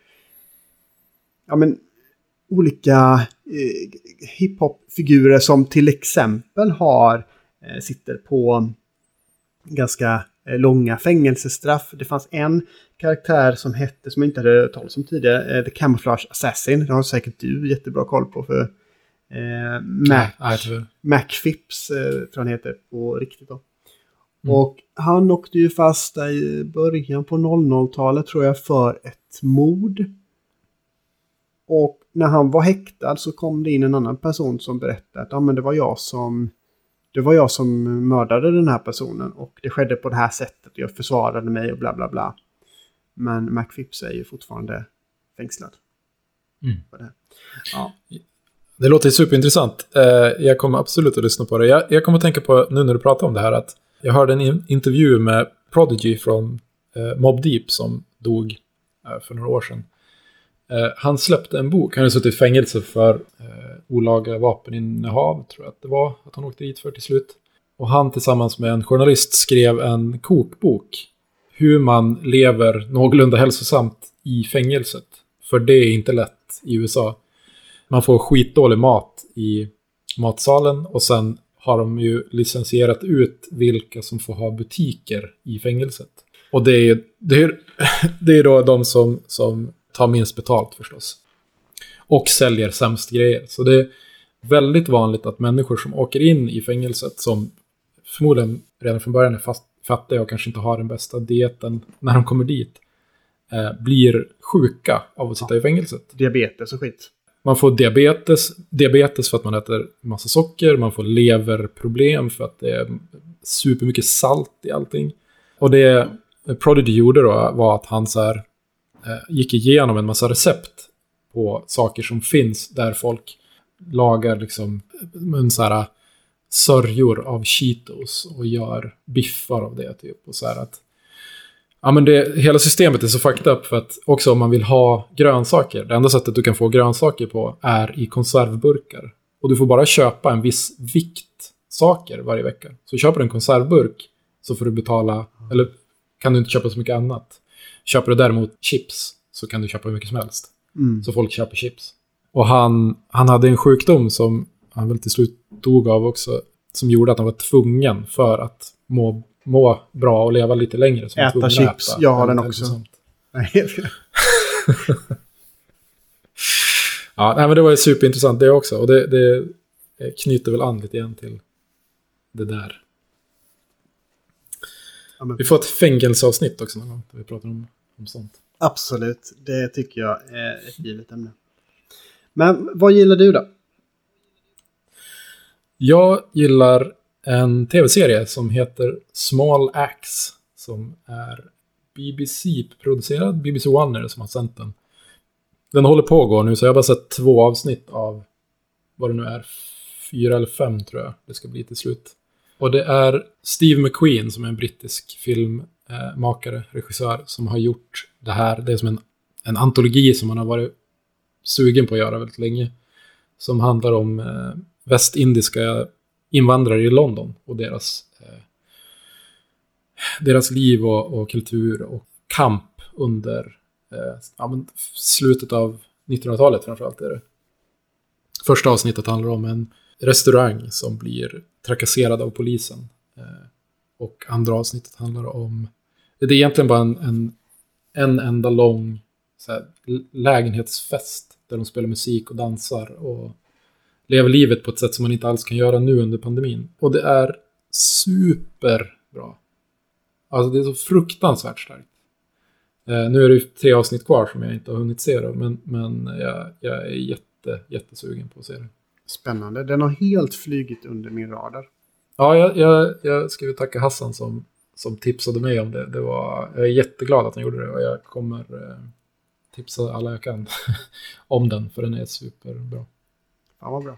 ja, men, olika eh, hiphop-figurer som till exempel har eh, sitter på ganska eh, långa fängelsestraff. Det fanns en karaktär som hette, som jag inte hade talat om tidigare, eh, The Camouflage Assassin. Det har säkert du jättebra koll på för eh, Mac, ja, Mac Phipps eh, tror han heter på riktigt då. Mm. Och han åkte ju fast i början på noll noll-talet tror jag för ett mord. Och när han var häktad så kom det in en annan person som berättade att ja, men det var jag som det var jag som mördade den här personen och det skedde på det här sättet. Jag försvarade mig och bla bla bla. Men Mac Phipps är ju fortfarande fängslad. Mm. För det. Ja. Det låter superintressant. Jag kommer absolut att lyssna på det. Jag, jag kommer att tänka på nu när du pratar om det här att jag hörde en intervju med Prodigy från Mobb Deep som dog för några år sedan. Eh, han släppte en bok. Han har suttit i fängelse för eh, olaga vapeninnehav, tror jag att det var. Att han åkte dit för till slut. Och han tillsammans med en journalist skrev en kokbok. Hur man lever någorlunda hälsosamt i fängelset. För det är inte lätt i U S A. Man får skitdålig mat i matsalen. Och sen har de ju licensierat ut vilka som får ha butiker i fängelset. Och det är, det är, det är då de som, som tar minst betalt förstås. Och säljer sämst grejer. Så det är väldigt vanligt att människor som åker in i fängelset, som förmodligen redan från början är fast, fattiga och kanske inte har den bästa dieten när de kommer dit, eh, blir sjuka av att sitta i fängelset. Diabetes och skit. Man får diabetes, diabetes för att man äter massa socker. Man får leverproblem för att det är supermycket salt i allting. Och det Prodigy gjorde då var att han så här, eh, gick igenom en massa recept på saker som finns där folk lagar liksom en så här sörjor av Cheetos och gör biffar av det typ. Och så här att ja, men det, hela systemet är så fucked up för att också om man vill ha grönsaker, det enda sättet du kan få grönsaker på är i konservburkar. Och du får bara köpa en viss vikt saker varje vecka. Så köper du en konservburk så får du betala, eller kan du inte köpa så mycket annat. Köper du däremot chips så kan du köpa hur mycket som helst. Mm. Så folk köper chips. Och han, han hade en sjukdom som han väl till slut dog av också, som gjorde att han var tvungen för att må må bra och leva lite längre. Som äta chips, äta. Jag har den också. Ja, nej, men det var ju superintressant det också. Och det, det knyter väl an lite igen till det där. Ja, men... Vi får ett fängelseavsnitt också någon gång där vi pratar om, om sånt. Absolut, det tycker jag är ett givet ämne. Men vad gillar du då? Jag gillar en tv-serie som heter Small Axe, som är B B C-producerad. B B C One är det som har sänt den. Den håller på att gå nu, så jag har bara sett två avsnitt av vad det nu är, fyra eller fem tror jag det ska bli till slut. Och det är Steve McQueen som är en brittisk filmmakare, regissör, som har gjort det här. Det är som en, en antologi som han har varit sugen på att göra väldigt länge. Som handlar om eh, västindiska invandrare i London och deras, eh, deras liv och, och kultur och kamp under eh, ja, men slutet av nittonhundratalet framförallt är det. Första avsnittet handlar om en restaurang som blir trakasserad av polisen. Eh, och andra avsnittet handlar om, det är egentligen bara en, en, en enda lång så här, lägenhetsfest där de spelar musik och dansar och lever livet på ett sätt som man inte alls kan göra nu under pandemin. Och det är superbra. Alltså det är så fruktansvärt starkt. Eh, nu är det tre avsnitt kvar som jag inte har hunnit se då, men, men jag, jag är jätte, jättesugen på att se det. Spännande. Den har helt flygit under min radar. Ja, jag, jag, jag ska ju tacka Hassan som, som tipsade mig om det. det var, jag är jätteglad att han gjorde det och jag kommer eh, tipsa alla jag kan om den, för den är superbra. Ja, vad bra.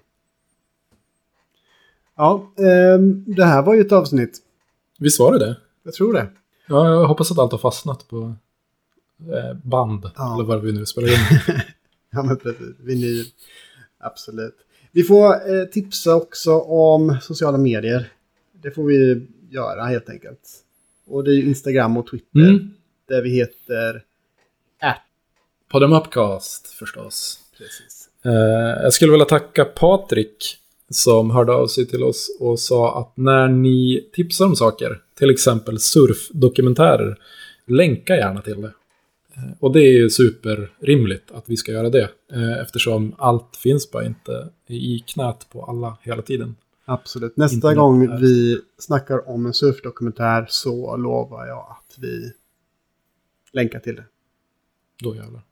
Ja, eh, det här var ju ett avsnitt. Visst var det det? Jag tror det. Ja, jag hoppas att allt har fastnat på eh, band. Ja. Eller vad vi nu spelar in. Ja, men precis. Vinyl. Absolut. Vi får eh, tipsa också om sociala medier. Det får vi göra helt enkelt. Och det är Instagram och Twitter. Mm. Där vi heter at Podemupcast förstås. Precis. Uh, jag skulle vilja tacka Patrik som hörde av sig till oss och sa att när ni tipsar om saker, till exempel surfdokumentärer, länka gärna till det. Uh, och det är ju superrimligt att vi ska göra det, uh, eftersom allt finns bara inte i knät på alla hela tiden. Absolut. Nästa Internet gång är... vi snackar om en surfdokumentär så lovar jag att vi länkar till det. Då jävlar.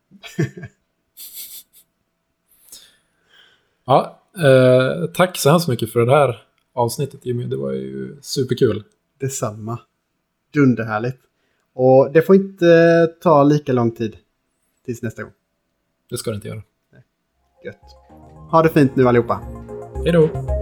Ja, eh, tack så hemskt mycket för det här avsnittet, Jimmy. Det var ju superkul. Detsamma. Dunderhärligt. Och det får inte ta lika lång tid tills nästa gång. Det ska det inte göra. Nej. Gött. Ha det fint nu allihopa. Hej då.